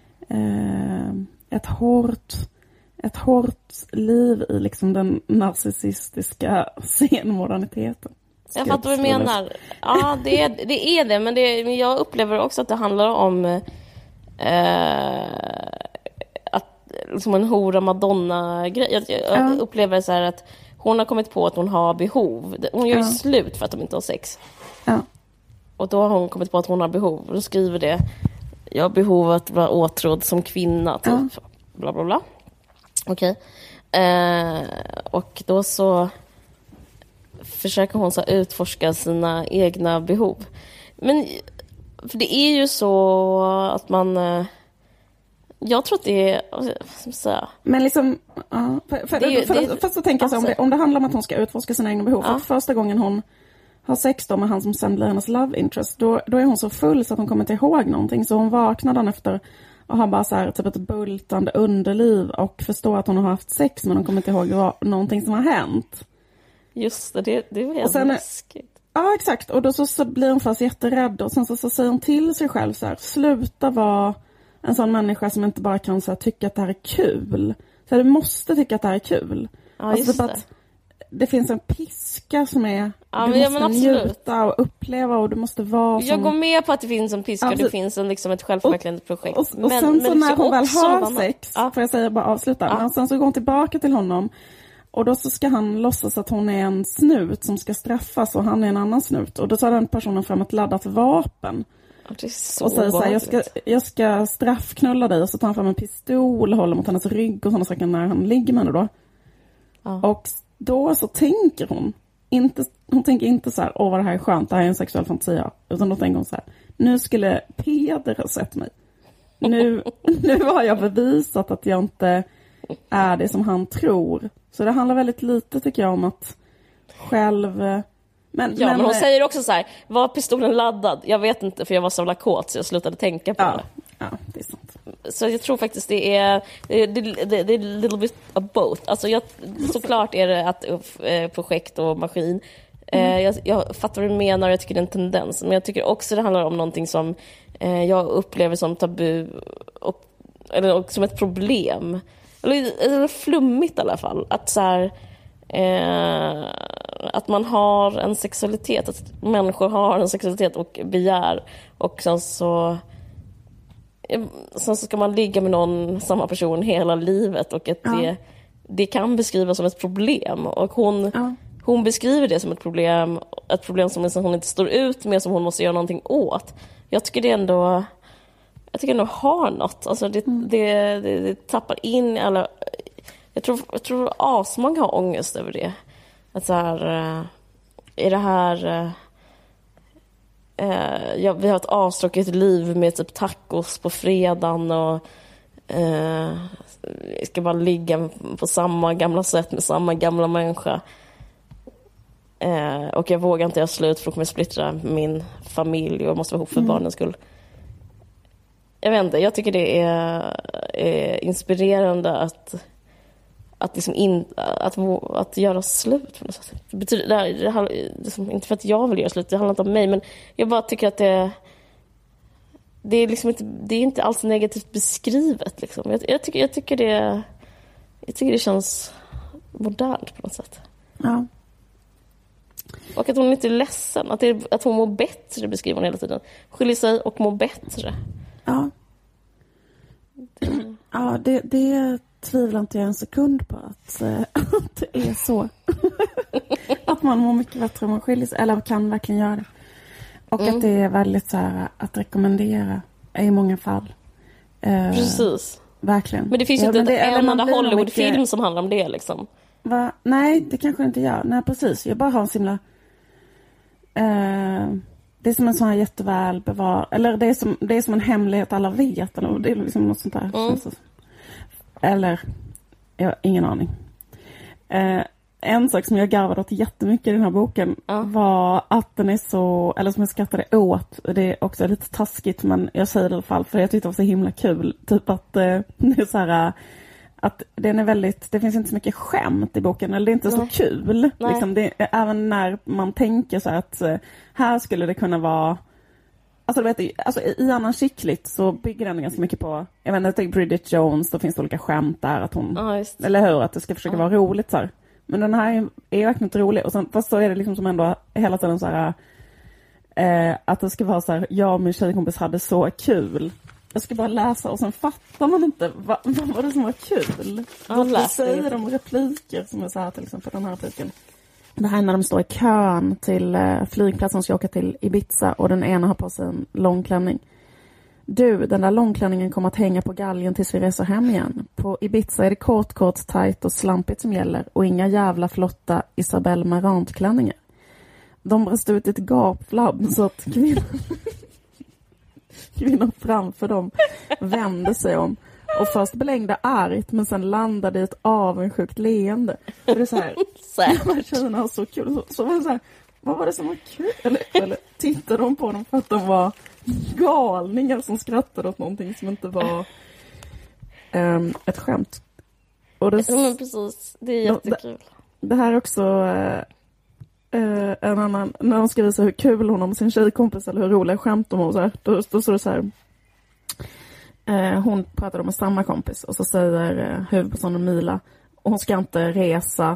eh, ett hårt... ett hårt liv i liksom den narcissistiska scenmoderniteten.
Jag fattar vad du menar. Ja, det är det, är det men, det, men jag upplever också att det handlar om eh, att liksom en hora Madonna-grej. Jag, jag ja. upplever så här att hon har kommit på att hon har behov. Hon gör ju ja. slut för att de inte har sex. Ja. Och då har hon kommit på att hon har behov. Och då skriver det, jag har behov att vara åtrådd som kvinna, typ. Ja. Bla bla bla. Okej. Eh, och då så försöker hon så utforska sina egna behov. Men för det är ju så att man... Eh, jag tror att det är... Som säga,
men liksom... Ja, för, för, det, för, det, först så tänker jag så, om det, om det handlar om att hon ska utforska sina egna behov. Ja. För att första gången hon har sex då med han som sen blir hennes love interest, då, då är hon så full så att hon kommer inte ihåg någonting. Så hon vaknar dagen efter... och har bara så här, typ ett bultande underliv och förstår att hon har haft sex, men hon kommer inte ihåg vad, någonting som har hänt.
Just det, det, det är helt läskigt.
Ja, exakt. Och då så, så blir hon fast jätterädd och sen så, så säger hon till sig själv så här, sluta vara en sån människa som inte bara kan så här, tycka att det här är kul. Så här, du måste tycka att det här är kul.
Ja, just
alltså,
det.
Att, det finns en piska som är,
ja,
du
men, ja,
måste njuta och uppleva och du måste vara som...
Jag går med på att det finns en piska
alltså,
och det finns en, liksom ett självförverkligande projekt.
Och, och, och
men,
sen
men
så när hon väl har sex,
ja.
får jag säga bara avsluta,
ja.
men sen så går hon tillbaka till honom och då så ska han låtsas att hon är en snut som ska straffas och han är en annan snut. Och då tar den personen fram ett laddat vapen.
Det är så
och säger så här, jag ska, jag ska straffknulla dig. Och så tar han fram en pistol och håller mot hennes rygg och sådana saker när han ligger med henne då.
Ja.
Och då så tänker hon inte, hon tänker inte så här, åh vad det här är skönt, det här är en sexuell fantasi. Utan då tänker hon så här, nu skulle Peder ha sett mig. Nu, nu har jag bevisat att jag inte är det som han tror. Så det handlar väldigt lite tycker jag om att själv... Men,
ja, men,
men
hon säger också så här, var pistolen laddad? Jag vet inte, för jag var så jävla kåt så jag slutade tänka på
ja,
det.
Ja, det är sant.
Så jag tror faktiskt det är det, det, det, det är little bit of both. Alltså jag, såklart är det att eh, projekt och maskin. Mm. Eh, jag, jag fattar vad du menar och jag tycker det är en tendens. Men jag tycker också det handlar om någonting som eh, jag upplever som tabu och, eller som ett problem. Eller, eller flummigt i alla fall. Att så här, eh, att man har en sexualitet, att människor har en sexualitet och begär, och sen så sen så ska man ligga med någon, samma person hela livet, och att ja. det, det kan beskrivas som ett problem, och hon, ja. hon beskriver det som ett problem, ett problem som hon inte står ut med, som hon måste göra någonting åt. Jag tycker det ändå jag tycker ändå har något, alltså det, mm. det, det, det tappar in alla. Jag tror, jag tror asmånga har ångest över det. Att så här, är det här... Uh, ja, vi har ett avstråkigt liv med typ tacos på fredagen och uh, ska bara ligga på samma gamla sätt med samma gamla människa. Uh, och jag vågar inte göra slut för då kommer jag splittra min familj och måste vara ihop för mm. barnens skull. Jag vet inte, jag tycker det är, är inspirerande att att liksom in, att att göra slut på något sätt. Det betyder det, här, det här, liksom, inte för att jag vill göra slut, det handlar inte om mig, men jag bara tycker att det det är liksom inte, det är inte alls negativt beskrivet liksom. Jag, jag tycker jag tycker det jag tycker det känns modernt på något sätt.
Ja.
Och att hon inte är ledsen, att det, att hon mår bättre, beskriver hon hela tiden. Skiljer sig och mår bättre.
Ja. Det. Ja, det det tvivlar inte jag en sekund på att, äh, att det är så. Att man mår mycket bättre om man skiljer sig, eller kan verkligen göra det. Och mm. att det är väldigt så här, att rekommendera i många fall. Uh,
Precis.
Verkligen.
Men det finns ju
ja,
inte
det,
en enda Hollywoodfilm
mycket...
som handlar om det liksom.
Va? Nej, det kanske inte gör. Nej, precis. Jag bara har en simla... Uh, det är som en sån här jätteväl bevar... Eller det är som, det är som en hemlighet alla vet. Eller det är liksom något sånt där.
Mm.
Eller, jag har ingen aning. Eh, en sak som jag garvade åt jättemycket i den här boken ja. var att den är så, eller som jag skrattade åt, det är också lite taskigt, men jag säger det i alla fall för jag tyckte det var så himla kul. Typ att eh, det är så här, att den är väldigt, det finns inte så mycket skämt i boken, eller det är inte Nej. så kul. Liksom, det är, även när man tänker så här att här skulle det kunna vara. Alltså, du vet, alltså i annan skickligt så bygger den ganska mycket på, jag vet inte, Bridget Jones, då finns det olika skämt där att hon,
ja,
eller hur, att det ska försöka ja. vara roligt så här. Men den här är, är verkligen inte rolig, och sen, fast så är det liksom som ändå hela tiden så här, eh, att det ska vara så här, jag och min tjejkompis hade så kul. Jag ska bara läsa och sen fattar man inte vad, vad var det som var kul.
Ja,
Vad säger de repliker som är så här, till exempel den här repliken. Det här är när de står i kön till eh, flygplatsen som ska åka till Ibiza, och den ena har på sig en långklänning. Du, den där långklänningen kommer att hänga på galgen tills vi reser hem igen. På Ibiza är det kort, kort, tajt och slampigt som gäller, och inga jävla flotta Isabelle Marant-klänningar. De brast ut ett gapflabb så att kvinnor, kvinnor framför dem vände sig om. Och först belängde argt, men sen landade i ett avundsjukt leende. Och det är så här, de här tjejerna har så kul. Så, så var det så här, vad var det som var kul? Eller, eller tittade de på dem för att de var galningar som skrattade åt någonting som inte var um, ett skämt. Och det,
ja, men precis, det är jättekul.
Det, det här är också uh, en annan, när de ska visa hur kul hon har med sin tjejkompis eller hur roliga skämt de har, så här, då, då står det så här. Hon pratar med samma kompis och så säger huvudpersonen Mila, och hon ska inte resa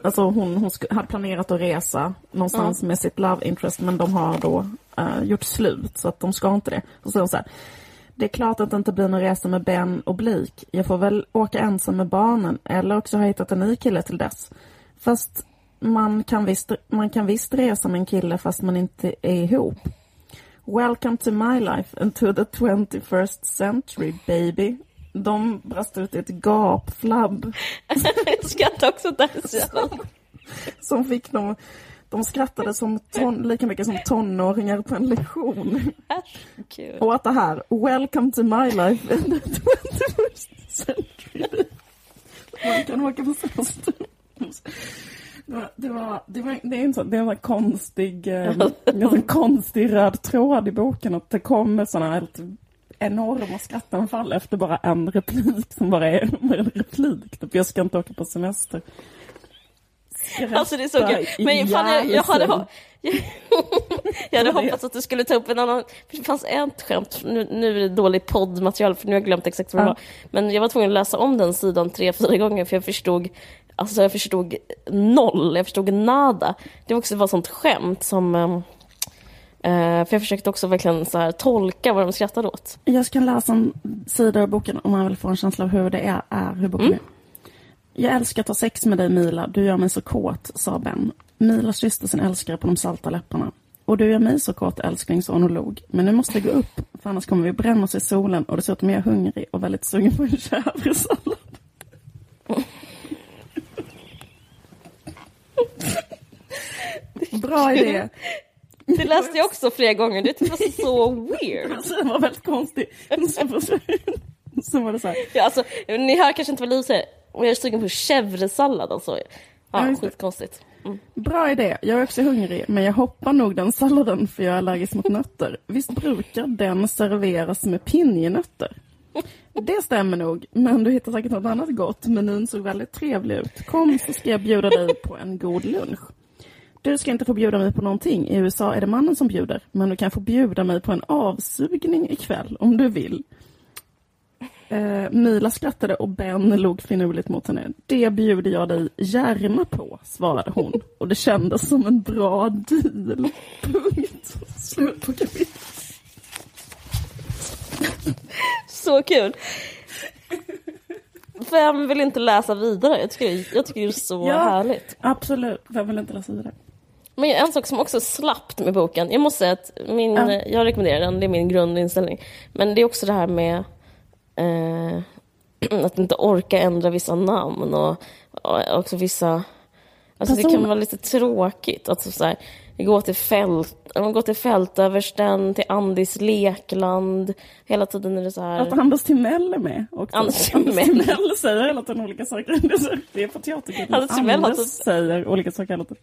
alltså hon, hon sk- hade planerat att resa någonstans mm. med sitt love interest, men de har då uh, gjort slut så att de ska inte det. Så säger hon så här: det är klart att det inte blir någon resa med Ben och Blake. Jag får väl åka ensam med barnen eller också har jag hittat en ny kille till dess. Fast man kan visst, man kan visst resa med en kille fast man inte är ihop. Welcome to my life and to the twenty-first century, baby. De brast ut i ett gapflabb.
Jag skrattar också där.
Som, som fick dem... De skrattade som ton, lika mycket som tonåringar på en lektion.
Kul.
Och att det här, welcome to my life in the twenty-first century. Man kan åka på semester. Det var, det var, det var, det är en sån, det var en konstig, eh, en konstig röd tråd i boken, att det kommer såna helt enorma skrattanfall efter bara en replik som bara är en replik. Jag ska inte åka på semester.
Alltså det är så kul. Men fan, jag, jag hade, jag, jag hade hoppats att du skulle ta upp en annan. För det fanns ett skämt. Nu, nu är det dålig poddmaterial för nu har jag glömt exakt vad det var. Men jag var tvungen att läsa om den sidan tre, fyra gånger för jag förstod, alltså jag förstod noll. Jag förstod nada. Det var också bara sånt skämt som... Um, Uh, för jag försökte också verkligen så här tolka vad de skrattade åt.
Jag ska läsa en sida av boken om man vill få en känsla av hur det är, är hur boken mm. är. Jag älskar att ha sex med dig, Mila. Du gör mig så kåt, sa Ben. Mila kysste sin älskare på de salta läpparna. Och du gör mig så kåt, älskling, så hon log. Men nu måste vi gå upp, för annars kommer vi bränna oss i solen. Och dessutom är jag hungrig och väldigt sugen på en chèvresallad. Bra idé.
Det läste jag också flera gånger. Det var så weird.
Det var väldigt konstigt. Så var det så här.
Ja, alltså, ni hör kanske inte vad Liv säger. Och jag är sugen på chèvresallad. Alltså. Ja, ja skitkonstigt. Mm.
Bra idé. Jag är också hungrig. Men jag hoppar nog den salladen för jag är allergisk mot nötter. Visst brukar den serveras med pinjenötter? Det stämmer nog. Men du hittar säkert något annat gott. Menyn såg väldigt trevlig ut. Kom så ska jag bjuda dig på en god lunch. Du ska inte få bjuda mig på någonting. I U S A är det mannen som bjuder. Men du kan få bjuda mig på en avsugning ikväll om du vill. Eh, Mila skrattade och Ben log finurligt mot henne. Det bjuder jag dig gärna på, svarade hon. Och det kändes som en bra deal. Punkt. Slut på kapitel.
Så kul. Vem vill inte läsa vidare? Jag tycker, jag tycker det är så ja, härligt.
Absolut, vem vill inte läsa vidare?
Men en sak som också slappt med boken. Jag måste säga att min, ja. jag rekommenderar den, det är min grundinställning. Men det är också det här med eh, att inte orka ändra vissa namn. Och, och också vissa... Alltså Person. Det kan vara lite tråkigt. Alltså så här, gå till fält, gå till fältöversten, till Andis lekland. Hela tiden är det så här.
Att Anders Timell är med också.
Anders Timell
säger hela tiden olika saker. Det är på teatergruppen.
Anders Timell
Anders säger olika saker hela tiden.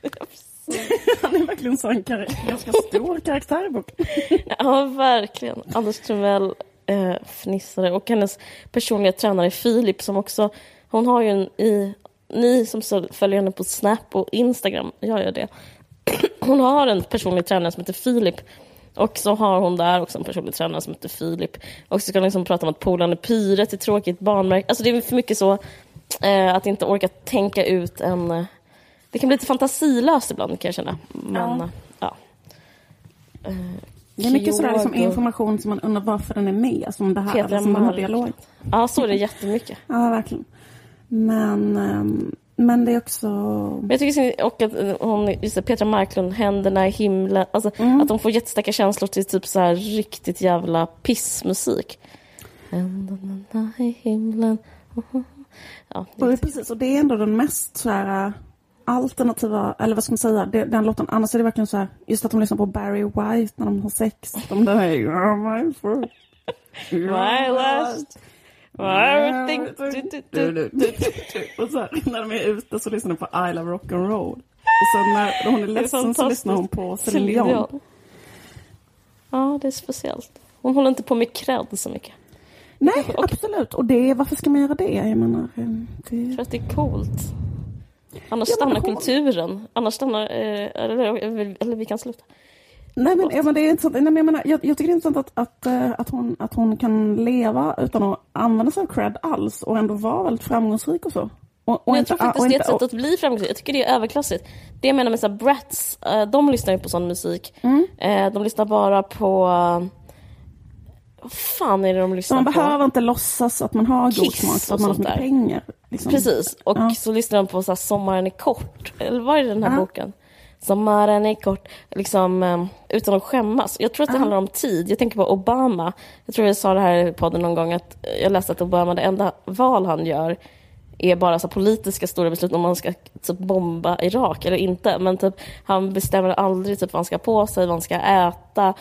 Han är verkligen så en kar- ganska stor karaktär i boken.
Ja, verkligen. Anders Timell eh, fnissade. Och hennes personliga tränare Filip som också, hon har ju en i, ni som följer henne på Snap och Instagram, jag gör det. Hon har en personlig tränare som heter Filip. Och så har hon där också en personlig tränare som heter Filip. Och så ska hon liksom prata om att polarna är pyret, är tråkigt barnmärke. Alltså det är för mycket så eh, att inte orka tänka ut en... Eh, det kan bli lite fantasilöst ibland kan jag känna. Men ja. ja. Eh,
det är mycket sådär som information som man undrar varför den är med. Som det här, Petra som den här dialog.
Ja, så är det jättemycket.
Ja, verkligen. Men... Um... Men det är också...
Jag tycker och att hon, just det, Petra Marklund, händerna i himlen. Alltså mm. att de får jättestarka känslor till typ så här riktigt jävla pissmusik. Händerna i himlen. Ja,
det är precis. Och det är ändå den mest så här alternativa, eller vad ska man säga, det, den låten. Annars är det verkligen så här, just att de lyssnar på Barry White när de har sex. De där är oh my first.
My last... Everything.
Och så här, när de är ute så lyssnar de på I Love Rock and Roll. Och sen när hon är ledsen så lyssnar hon på Celine Dion.
Ja, det är speciellt. Hon håller inte på med cred så mycket.
Nej, och, absolut. Och det, varför ska man göra det? Jag menar, det...
För att det är coolt. Annars ja, stannar kulturen. Annars stannar... Eh, eller, eller, eller vi kan sluta.
Nej men, ja, men det är inte så, nej, men jag, menar, jag, jag tycker det är intressant att, att, att, hon, att hon kan leva utan att använda sig av cred alls och ändå vara väldigt framgångsrik och så. Och, och
jag
inte,
tror faktiskt
och
det är
inte,
ett sätt att bli framgångsrik. Jag tycker det är överklassigt. Det jag menar med så här, Bratz, de lyssnar ju på sån musik.
Mm.
De lyssnar bara på... Vad fan är det de lyssnar
så man
på?
Man behöver inte låtsas att man har god smak för att man har så mycket pengar. Liksom.
Precis, och
ja.
så lyssnar de på så här, Sommaren är kort. Eller vad är det den här
ja.
boken? Sommaren är kort, liksom, utan att skämmas. Jag tror att det ja. handlar om tid. Jag tänker på Obama. Jag tror jag sa det här i podden någon gång, att jag läste att Obama, det enda val han gör är bara så politiska stora beslut om man ska typ bomba Irak eller inte. Men typ, han bestämmer aldrig typ vad han ska på sig, vad han ska äta.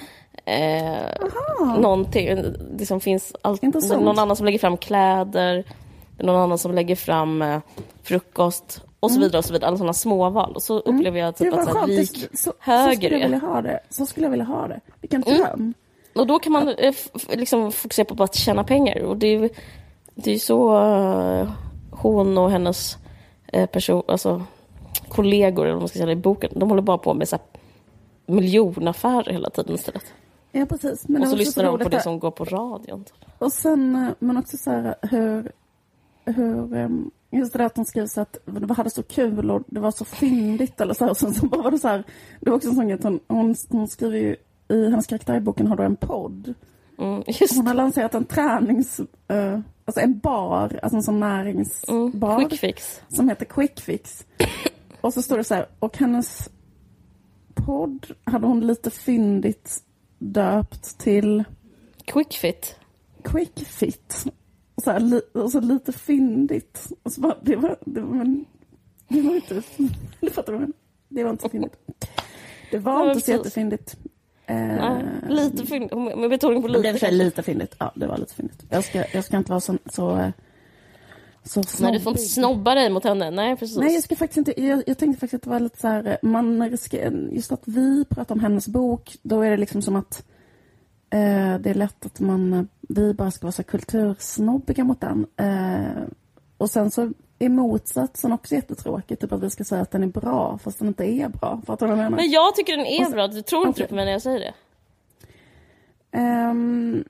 Eh, någonting. Det som finns allt, någon annan som lägger fram kläder, någon annan som lägger fram eh, frukost och så vidare och så vidare. Alla sådana småval. Och så
mm.
upplever jag typ att så här, rik
så, så,
högre.
Så skulle jag vilja ha det. Så skulle jag vilja ha det. Vilken dröm. Mm.
Och då kan man eh, f- liksom fokusera på att tjäna pengar. Och det är det är så uh, hon och hennes eh, person, alltså kollegor, eller vad man ska säga, i boken, de håller bara på med så här miljonaffärer hela tiden istället.
Ja, precis. Men
och så lyssnar de på det
här.
som går på radion.
Och sen, men också så här, hur, hur just det där att de skriver så att det hade så kul och det var så fyndigt eller så här. Och sen så bara var det så här, det var också en sån att hon, hon, hon skriver ju, i hennes karaktär i boken har då en podd.
Mm, just
hon har lanserat en tränings, uh, alltså en bar, alltså en sån näringsbar.
Mm, quick fix.
Som heter Quick Fix. Och så står det så här, och hennes podd hade hon lite fyndigt döpt till
Quick Fit.
Quick Fit. Och så, här, li, och så lite fyndigt. Och så bara, det var, det var, men, det var inte, det fattar du? Det var inte så fyndigt. Det var ja, inte så jättefyndigt.
Nej, eh, lite fyndigt. Med betoning på lite.
Det var lite fyndigt. Ja, det var lite fyndigt. Jag ska, jag ska inte vara så, så, så snobbig.
Nej, du får inte snobba dig mot henne. Nej, precis.
Nej, jag ska faktiskt inte. Jag, jag tänkte faktiskt att det var lite så här, man riskerar, just att vi pratar om hennes bok, då är det liksom som att eh, det är lätt att man, vi bara ska vara så kultursnobbiga mot den. Eh, och sen så är motsatsen också jättetråkigt, typ att vi ska säga att den är bra fast den inte är bra. Fattar du vad jag menar?
Men jag tycker den är
så,
bra. Du tror inte
okay.
på mig när jag säger det.
Um,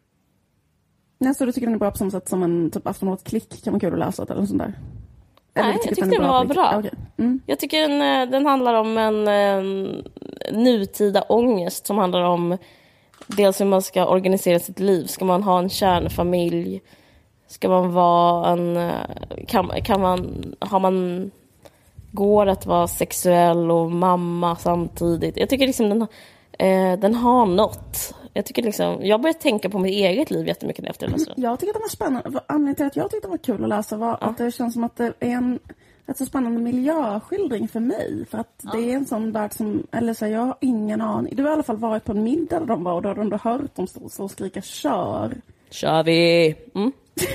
nej, så du tycker den är bra på samma sätt som en typ Aftonbladet Klick kan man kul att läsa eller något sånt där?
Nej, jag tyckte den, den var bra. bra.
Okay. Mm.
Jag tycker den, den handlar om en um, nutida ångest som handlar om dels hur man ska organisera sitt liv. Ska man ha en kärnfamilj? Ska man vara en... Kan, kan man... Har man... Går att vara sexuell och mamma samtidigt? Jag tycker liksom den, eh, den har något. Jag tycker liksom... Jag började tänka på mitt eget liv jättemycket efter jag läste den.
Jag tycker att den var spännande. Anledningen till att jag tyckte det var kul att läsa var ja. att det känns som att det är en rätt så spännande miljöskildring för mig. För att ja. det är en sån värld som... Eller så, jag har ingen aning. Du har i alla fall varit på en middag där de var och då har du ändå hört dem stå och skrika kör.
Kör vi! Mm.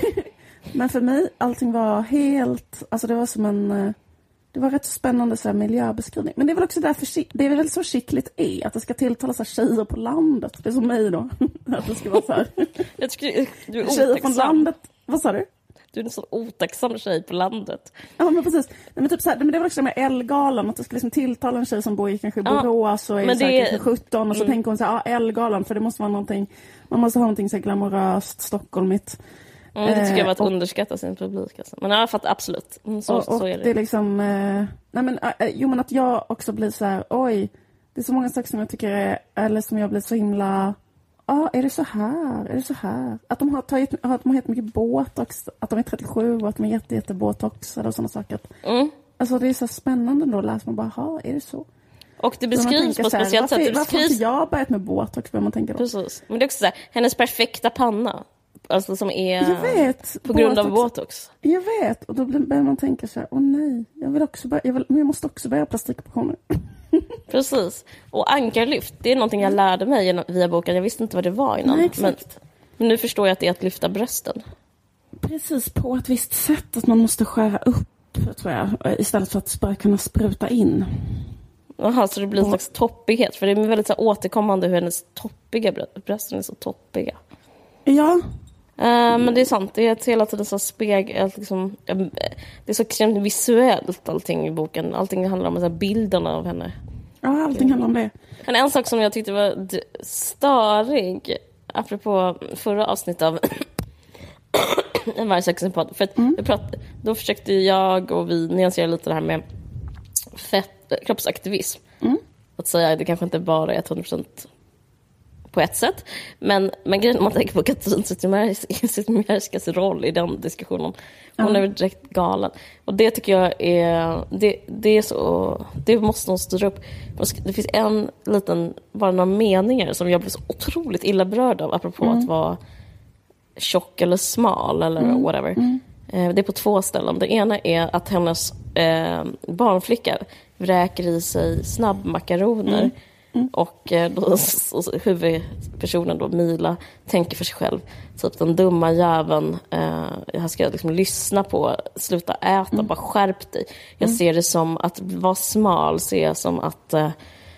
Men för mig, allting var helt... Alltså det var som en... Det var rätt spännande så här, miljöbeskrivning. Men det är väl också därför... Det är väl så skickligt är att det ska tilltala så här, tjejer på landet. Det är som mig då. Att det ska vara så här...
Jag tycker du är
tjejer från landet. Vad sa du?
Du är en sån otacksam tjej på landet.
Ja, men precis. Nej, men typ så här, men det var också med Elgalan. Att det ska liksom tilltala en tjej som bor i kanske Borås och är så här, det... kanske sjutton. Och så mm. tänker hon så här, ja, Elgalan. För det måste vara någonting... Man måste ha någonting så här glamoröst, stockholmigt.
Mm, det tycker jag var att och, underskatta sin publik. Alltså. Men jag har fattat absolut. Mm, så,
och, och
så är det.
det är liksom... Eh, nej men, eh, jo, men att jag också blir så här... Oj, det är så många saker som jag tycker är... Eller som jag blir så himla... Ja, ah, är det så här? Är det så här? Att de har tagit... Att de har helt mycket botox. Att de är trettiosju och att de är jätte, jätte botoxade och sådana saker. Att,
mm.
Alltså det är så spännande då att läsa. Man bara, ja, är det så?
Och det beskrivs på ett speciellt sätt.
Varför, varför har inte jag börjat med botox? Man tänker då.
Precis. Men det är också så här, hennes perfekta panna. Alltså som är
jag vet,
på grund botox. av botox.
Jag vet, och då börjar man tänka så här, åh nej, jag vill också börja, jag, vill, men jag måste också börja plastikoperationer.
Precis. Och ankarlyft, det är någonting jag lärde mig via boken. Jag visste inte vad det var innan.
Nej,
men, men nu förstår jag att det är att lyfta brösten.
Precis, på ett visst sätt att man måste skära upp, tror jag, istället för att bara kunna spruta in.
Jaha, så det blir en slags toppighet. För det är väldigt så här, återkommande hur hennes toppiga brösten är så toppiga.
Ja.
Uh, men det är sant, det är ett hela tiden så spegel, liksom, det är så extremt visuellt allting i boken. Allting handlar om så här, bilderna av henne.
Ja, allting handlar om det.
Men en sak som jag tyckte var störig, apropå förra avsnittet av en varje sexpodd. För att
Mm.
vi prat, då försökte jag och vi nyansera lite det här med fett, kroppsaktivism.
Mm.
Att säga att det kanske inte bara är hundra procent på ett sätt. Men, men grejen om man tänker på Katrin Zytomierskas roll i den diskussionen. Hon
Ja.
är väl direkt galen. Och det tycker jag är... Det, det är så... Det måste de styra upp. Det finns en liten... Bara några meningar som jag blev så otroligt illa berörd av. Apropå
Mm.
att vara tjock eller smal eller
Mm.
whatever.
Mm.
Eh, Det är på två ställen. Det ena är att hennes eh, barnflicka vräker i sig snabbmakaroner.
Mm. Mm.
Och eh, då, så, så, huvudpersonen då, Mila, tänker för sig själv. Så att den dumma jäveln, eh, jag ska liksom lyssna på, sluta äta,
Mm.
bara skärp dig. Jag
Mm.
ser det som att vara smal, ser jag som att eh,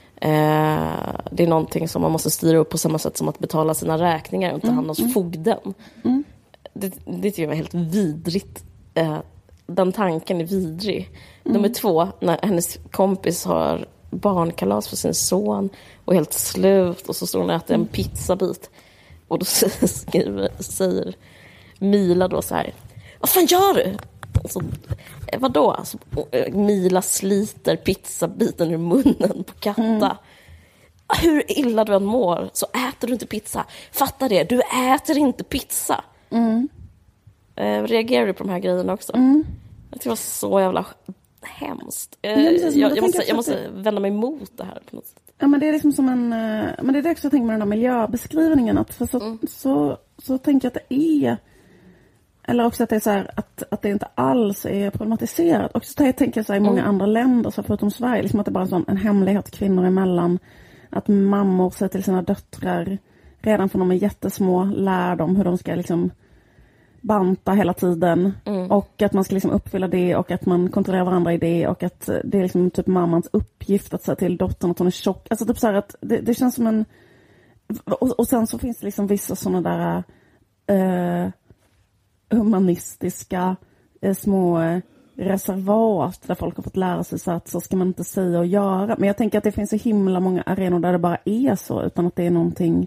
eh, det är någonting som man måste styra upp på samma sätt som att betala sina räkningar och inte
Mm.
hamna hos
Mm. fogden.
fogden. Det, det tycker jag var helt vidrigt. Eh, den tanken är vidrig.
Mm.
Nummer två, när hennes kompis har barnkalas för sin son och helt slut och så står hon och äter en pizzabit. Och då skriver, säger Mila då så här: vad fan gör du? Så, eh, vadå? Alltså, Mila sliter pizzabiten ur munnen på Katta.
Mm.
Hur illa du än mår så äter du inte pizza. Fatta det, du äter inte pizza.
Mm.
Eh, reagerar du på de här grejerna också?
Mm.
Jag tycker det var så jävla hemskt. Eh,
Ja, precis, men
jag,
då
jag, måste,
tänker jag
jag
också
måste
att
vända mig emot det här på något sätt.
Ja, men det är liksom som en... eh, Men det är det också jag tänker med den där miljöbeskrivningen. Att för så,
Mm.
så, så tänker jag att det är... Eller också att det är så här, att, att det inte alls är problematiserat. Och så tänker jag så här, i många
Mm.
andra länder, så förutom Sverige, liksom att det bara är en, sån, en hemlighet kvinnor emellan. Att mammor säger till sina döttrar, redan från de är jättesmå, lär dem hur de ska liksom banta hela tiden.
Mm.
Och att man ska liksom uppfylla det och att man kontrollerar varandra i det. Och att det är liksom typ mammans uppgift att säga till dottern att hon är tjock. Alltså typ så här att det, det känns som en... Och, och sen så finns det liksom vissa sådana där... Eh, humanistiska eh, små eh, reservat där folk har fått lära sig så att så ska man inte säga och göra. Men jag tänker att det finns så himla många arenor där det bara är så utan att det är någonting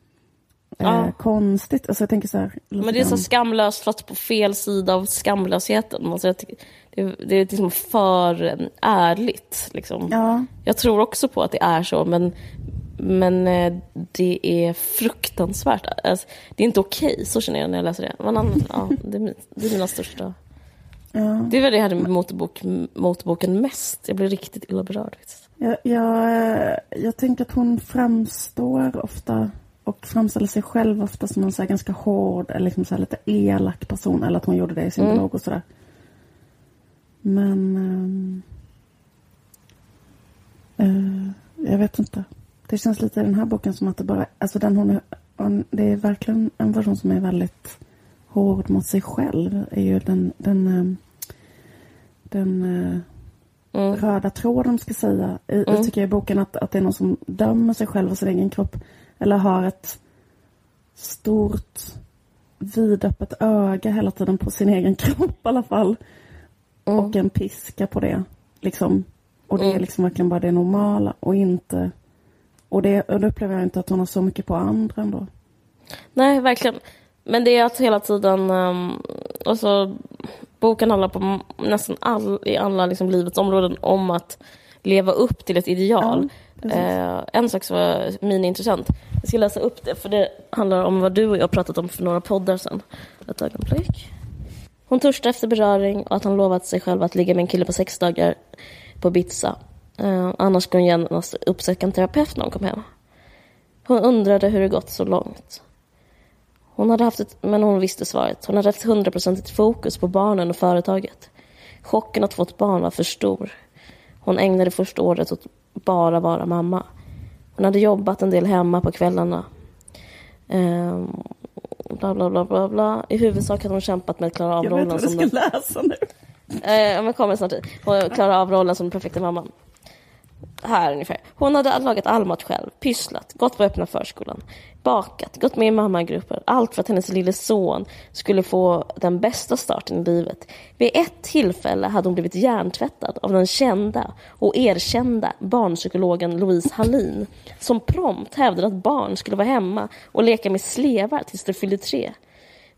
eh,
Ja.
konstigt. Alltså jag tänker så här, lite
Men det är så
grann.
skamlöst fast på fel sida av skamlösheten. Alltså jag tycker, det, det är liksom för eh, ärligt. Liksom.
Ja.
Jag tror också på att det är så, men, men eh, det är fruktansvärt. Alltså, det är inte okej, så känner jag när jag läser det. Men, annan, ja, det, är min, det är mina största...
Ja.
Det är väl det jag hade med motorbok, motorboken mest. Jag blev riktigt illa berörd.
Jag, jag, jag tänker att hon framstår ofta och framställer sig själv ofta som en så här ganska hård eller liksom så här lite elak person, eller att hon gjorde det i sin
Mm.
blogg och sådär. Men ehm, eh, jag vet inte. Det känns lite i den här boken som att det bara, alltså den hon är, hon, det är verkligen en version som är väldigt hård mot sig själv, är ju den den ehm, den eh,
Mm.
röda tråden, ska säga. I,
Mm.
Jag tycker i boken att, att det är någon som dömer sig själv och sin egen kropp. Eller har ett stort vidöppet öga hela tiden på sin egen kropp i alla fall.
Mm.
Och en piska på det. Liksom. Och det
Mm.
är liksom verkligen bara det normala. Och inte... Och det, och det upplever jag inte att hon har så mycket på andra ändå.
Nej, verkligen. Men det är att hela tiden... Um, alltså, boken handlar på nästan all, i alla liksom, livets områden om att leva upp till ett ideal.
Ja,
eh, en sak som var mini-intressant. Jag ska läsa upp det, för det handlar om vad du och jag pratat om för några poddar sedan. Ett ögonblick. Hon törstar efter beröring och att han lovat sig själv att ligga med en kille på sex dagar på Ibiza. Eh, annars skulle hon genast uppsöka en terapeut när hon kom hem. Hon undrade hur det gått så långt. Hon hade haft ett, men hon visste svaret. Hon hade haft hundraprocentigt fokus på barnen och företaget. Chocken att få ett barn var för stor. Hon ägnade första året åt bara vara mamma. Hon hade jobbat en del hemma på kvällarna. Ehm, bla bla bla bla bla. I huvudsak hade hon kämpat med att klara av
Jag vet
rollen
vad du
som
ska
den...
läsa nu.
Eh, men kommer snart. Hon klarar av rollen som den perfekta mamman. Här ungefär. Hon hade lagat all mat själv, pysslat, gått på öppna förskolan, bakat, gått med i mammagrupper. Allt för att hennes lille son skulle få den bästa starten i livet. Vid ett tillfälle hade hon blivit hjärntvättad av den kända och erkända barnpsykologen Louise Hallin, som prompt hävdade att barn skulle vara hemma och leka med slevar tills de fyllde tre.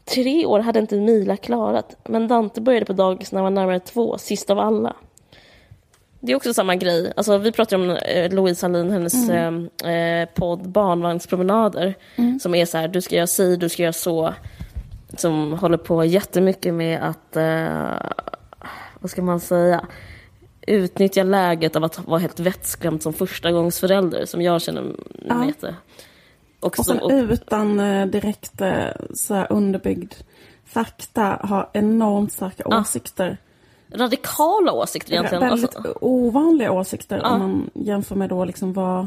Tre år hade inte Mila klarat, men Dante började på dagis när han var närmare två, sist av alla. Det är också samma grej. Alltså, vi pratar om eh, Louise Hallin, hennes mm. eh, podd Barnvagnspromenader, mm. som är så här, du ska göra si, du ska göra så, som håller på jättemycket med att eh, vad ska man säga, utnyttja läget av att vara helt vettskrämd som första gångs förälder, som jag känner ja. Jätte.
Och, och sen och, utan eh, direkt eh, så här underbyggd fakta, har enormt starka ja. Åsikter.
Radikala åsikter egentligen.
Väldigt alltså, ovanliga åsikter ja. Om man jämför med då liksom vad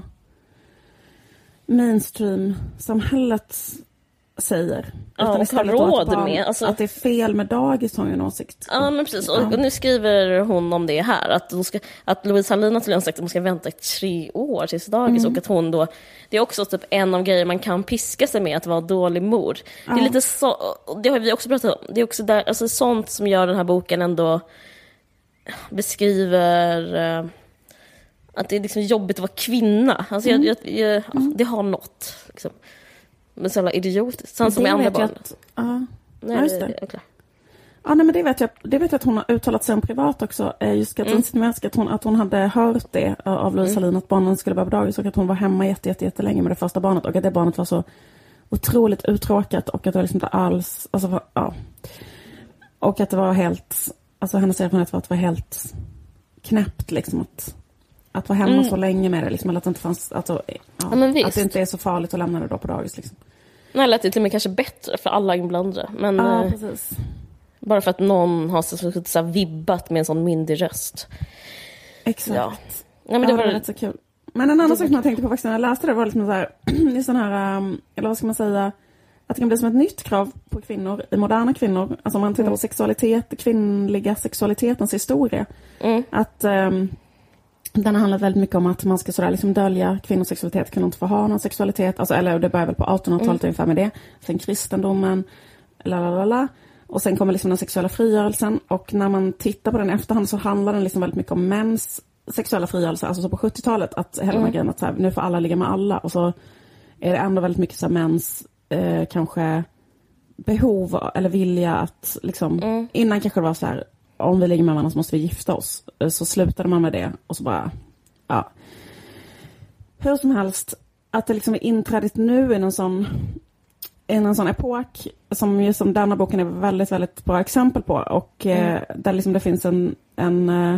mainstream-samhället säger.
Ja, och har råd barn, med. Alltså,
att det är fel med dagis, har ju en åsikt.
Ja, men precis. Och, ja. och nu skriver hon om det här. Att, de ska, att Louise Hallin har tydligen sagt att de ska vänta i tre år tills dagis. Mm. Och att hon då... Det är också typ en av grejer man kan piska sig med, att vara dålig mor. Ja. Det är lite så... Det har vi också pratat om. Det är också där, alltså, sånt som gör den här boken ändå beskriver... Uh, att det är liksom jobbigt att vara kvinna. Alltså, mm. jag, jag, jag, mm. det har något, liksom. Men så jävla idiotiskt. Sånt som i andra barn.
Att, ja, nej, just det. det ja, nej, men det vet jag, det vet jag att hon har uttalat sig om privat också. Just att, mm. att, hon, att hon hade hört det av Louise mm. Hallin, att barnen skulle vara på dagis, och att hon var hemma jätte, jätte, jätte länge med det första barnet, och att det barnet var så otroligt uttråkat, och att det var liksom inte alls, alltså, var, ja. Och att det var helt, alltså hennes erfarenhet var att det var helt knäppt liksom, att Att vara hemma mm. så länge med det. Liksom, eller att, det inte fanns, alltså, ja, ja, att det inte är så farligt att lämna det då på dagis. Liksom.
Nej, eller att det till och med kanske bättre för alla inblandade. Men,
ja,
eh,
precis.
Bara för att någon har så, så, så vibbat med en sån myndig röst.
Exakt.
Ja.
Ja, men det, ja, var, det var rätt så kul. Men en annan sak som jag tänkte på faktiskt när jag läste det var liksom så här, det är sån här, um, eller vad ska man säga, att det kan bli som ett nytt krav på kvinnor, i moderna kvinnor. Alltså om man tittar mm. på sexualitet, kvinnliga sexualitetens historia. Mm. Att... Um, Den har handlat väldigt mycket om att man ska sådär liksom dölja kvinnors sexualitet, kunna inte få ha någon sexualitet. Alltså, eller det börjar väl på artonhundratalet mm. ungefär med det. Sen kristendomen, lalalala. Och sen kommer liksom den sexuella frigörelsen. Och när man tittar på den efterhand så handlar den liksom väldigt mycket om mäns sexuella frigörelse. Alltså så på sjuttiotalet, att hela mm. grejen att så här, nu får alla ligga med alla. Och så är det ändå väldigt mycket så här, mäns eh, kanske behov eller vilja att liksom, mm. innan kanske det var så här, om vi ligger med varandra så måste vi gifta oss. Så slutade man med det. Och så bara, ja. Hur som helst, att det liksom är inträdigt nu i en sån, i en sån epok som ju som denna boken är väldigt, väldigt bra exempel på. Och mm. eh, där liksom det finns en, en eh,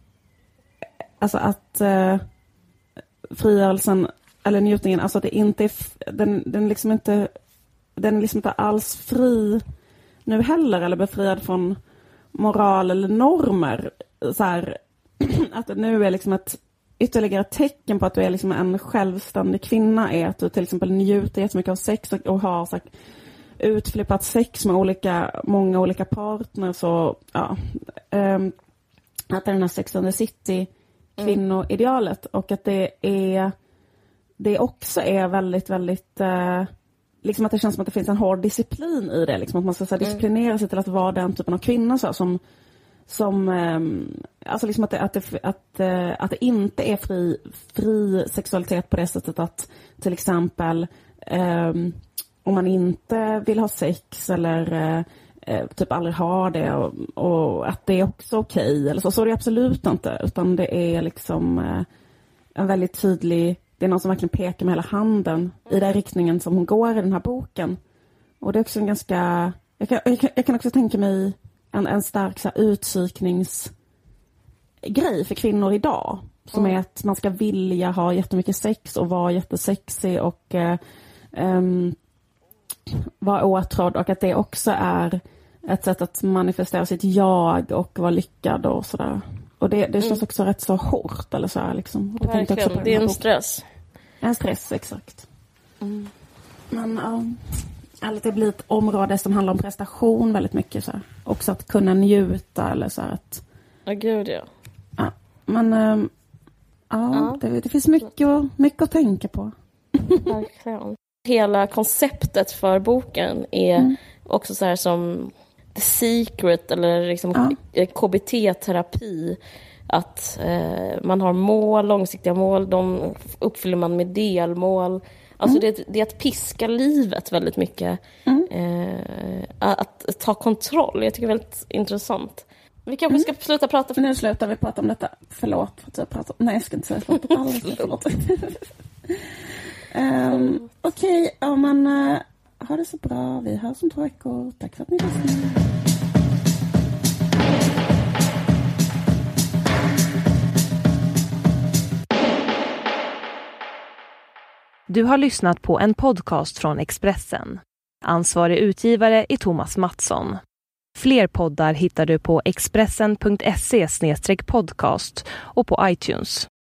alltså att eh, frigörelsen eller njutningen, alltså det inte är, den, den liksom inte, den är liksom inte alls fri nu heller, eller befriad från moral eller normer, så här, att det nu är liksom ett ytterligare tecken på att du är liksom en självständig kvinna, är att du till exempel njuter jättemycket av sex och, och har så här, utflippat sex med olika, många olika partners, och ja, um, att det är den här Sex and the City kvinnoidealet, och att det är det också är väldigt, väldigt uh, liksom att det känns som att det finns en hård disciplin i det. Liksom att man ska så här, disciplinera sig till att vara den typen av kvinna så här, som, som um, alltså liksom att det, att, det, att, uh, att det inte är fri, fri sexualitet på det sättet att till exempel um, om man inte vill ha sex eller uh, typ aldrig har det, och, och att det är också okej eller så. Så är det absolut inte, utan det är liksom uh, en väldigt tydlig, det är någon som verkligen pekar med hela handen i den riktningen som hon går i den här boken. Och det är också en ganska, jag kan, jag kan, jag kan också tänka mig en, en stark så här, utsykningsgrej för kvinnor idag, som mm. är att man ska vilja ha jättemycket sex och vara jättesexig och uh, um, vara åtrådd, och att det också är ett sätt att manifestera sitt jag och vara lyckad och sådär. Och det, det känns mm. också rätt så hårt eller så här, liksom. Och
verkligen, också på det är en stress.
En stress, exakt. Mm. Men ja, uh, det blir ett område som handlar om prestation väldigt mycket så här. Också att kunna njuta eller så här att...
Ja, gud ja.
Ja, men uh, ja, det, det finns mycket, mycket att tänka på.
Verkligen. Hela konceptet för boken är mm. också så här som The Secret eller liksom ja. K B T-terapi. Att eh, man har mål, långsiktiga mål, de uppfyller man med delmål. Alltså mm. det, det är att piska livet väldigt mycket. Mm. eh, att ta kontroll. Jag tycker det är väldigt intressant. Vi kanske ska mm. sluta prata.
Nu slutar vi prata om detta. Förlåt för att jag pratar. Nej, jag ska inte säga förlåt. Alldeles förlåt. um, Okej, okay, ja, men uh, ha det så bra. Vi hörs om två veckor. Tack för att ni lyssnade.
Du har lyssnat på en podcast från Expressen. Ansvarig utgivare är Thomas Mattsson. Fler poddar hittar du på expressen punkt se slash podcast och på iTunes.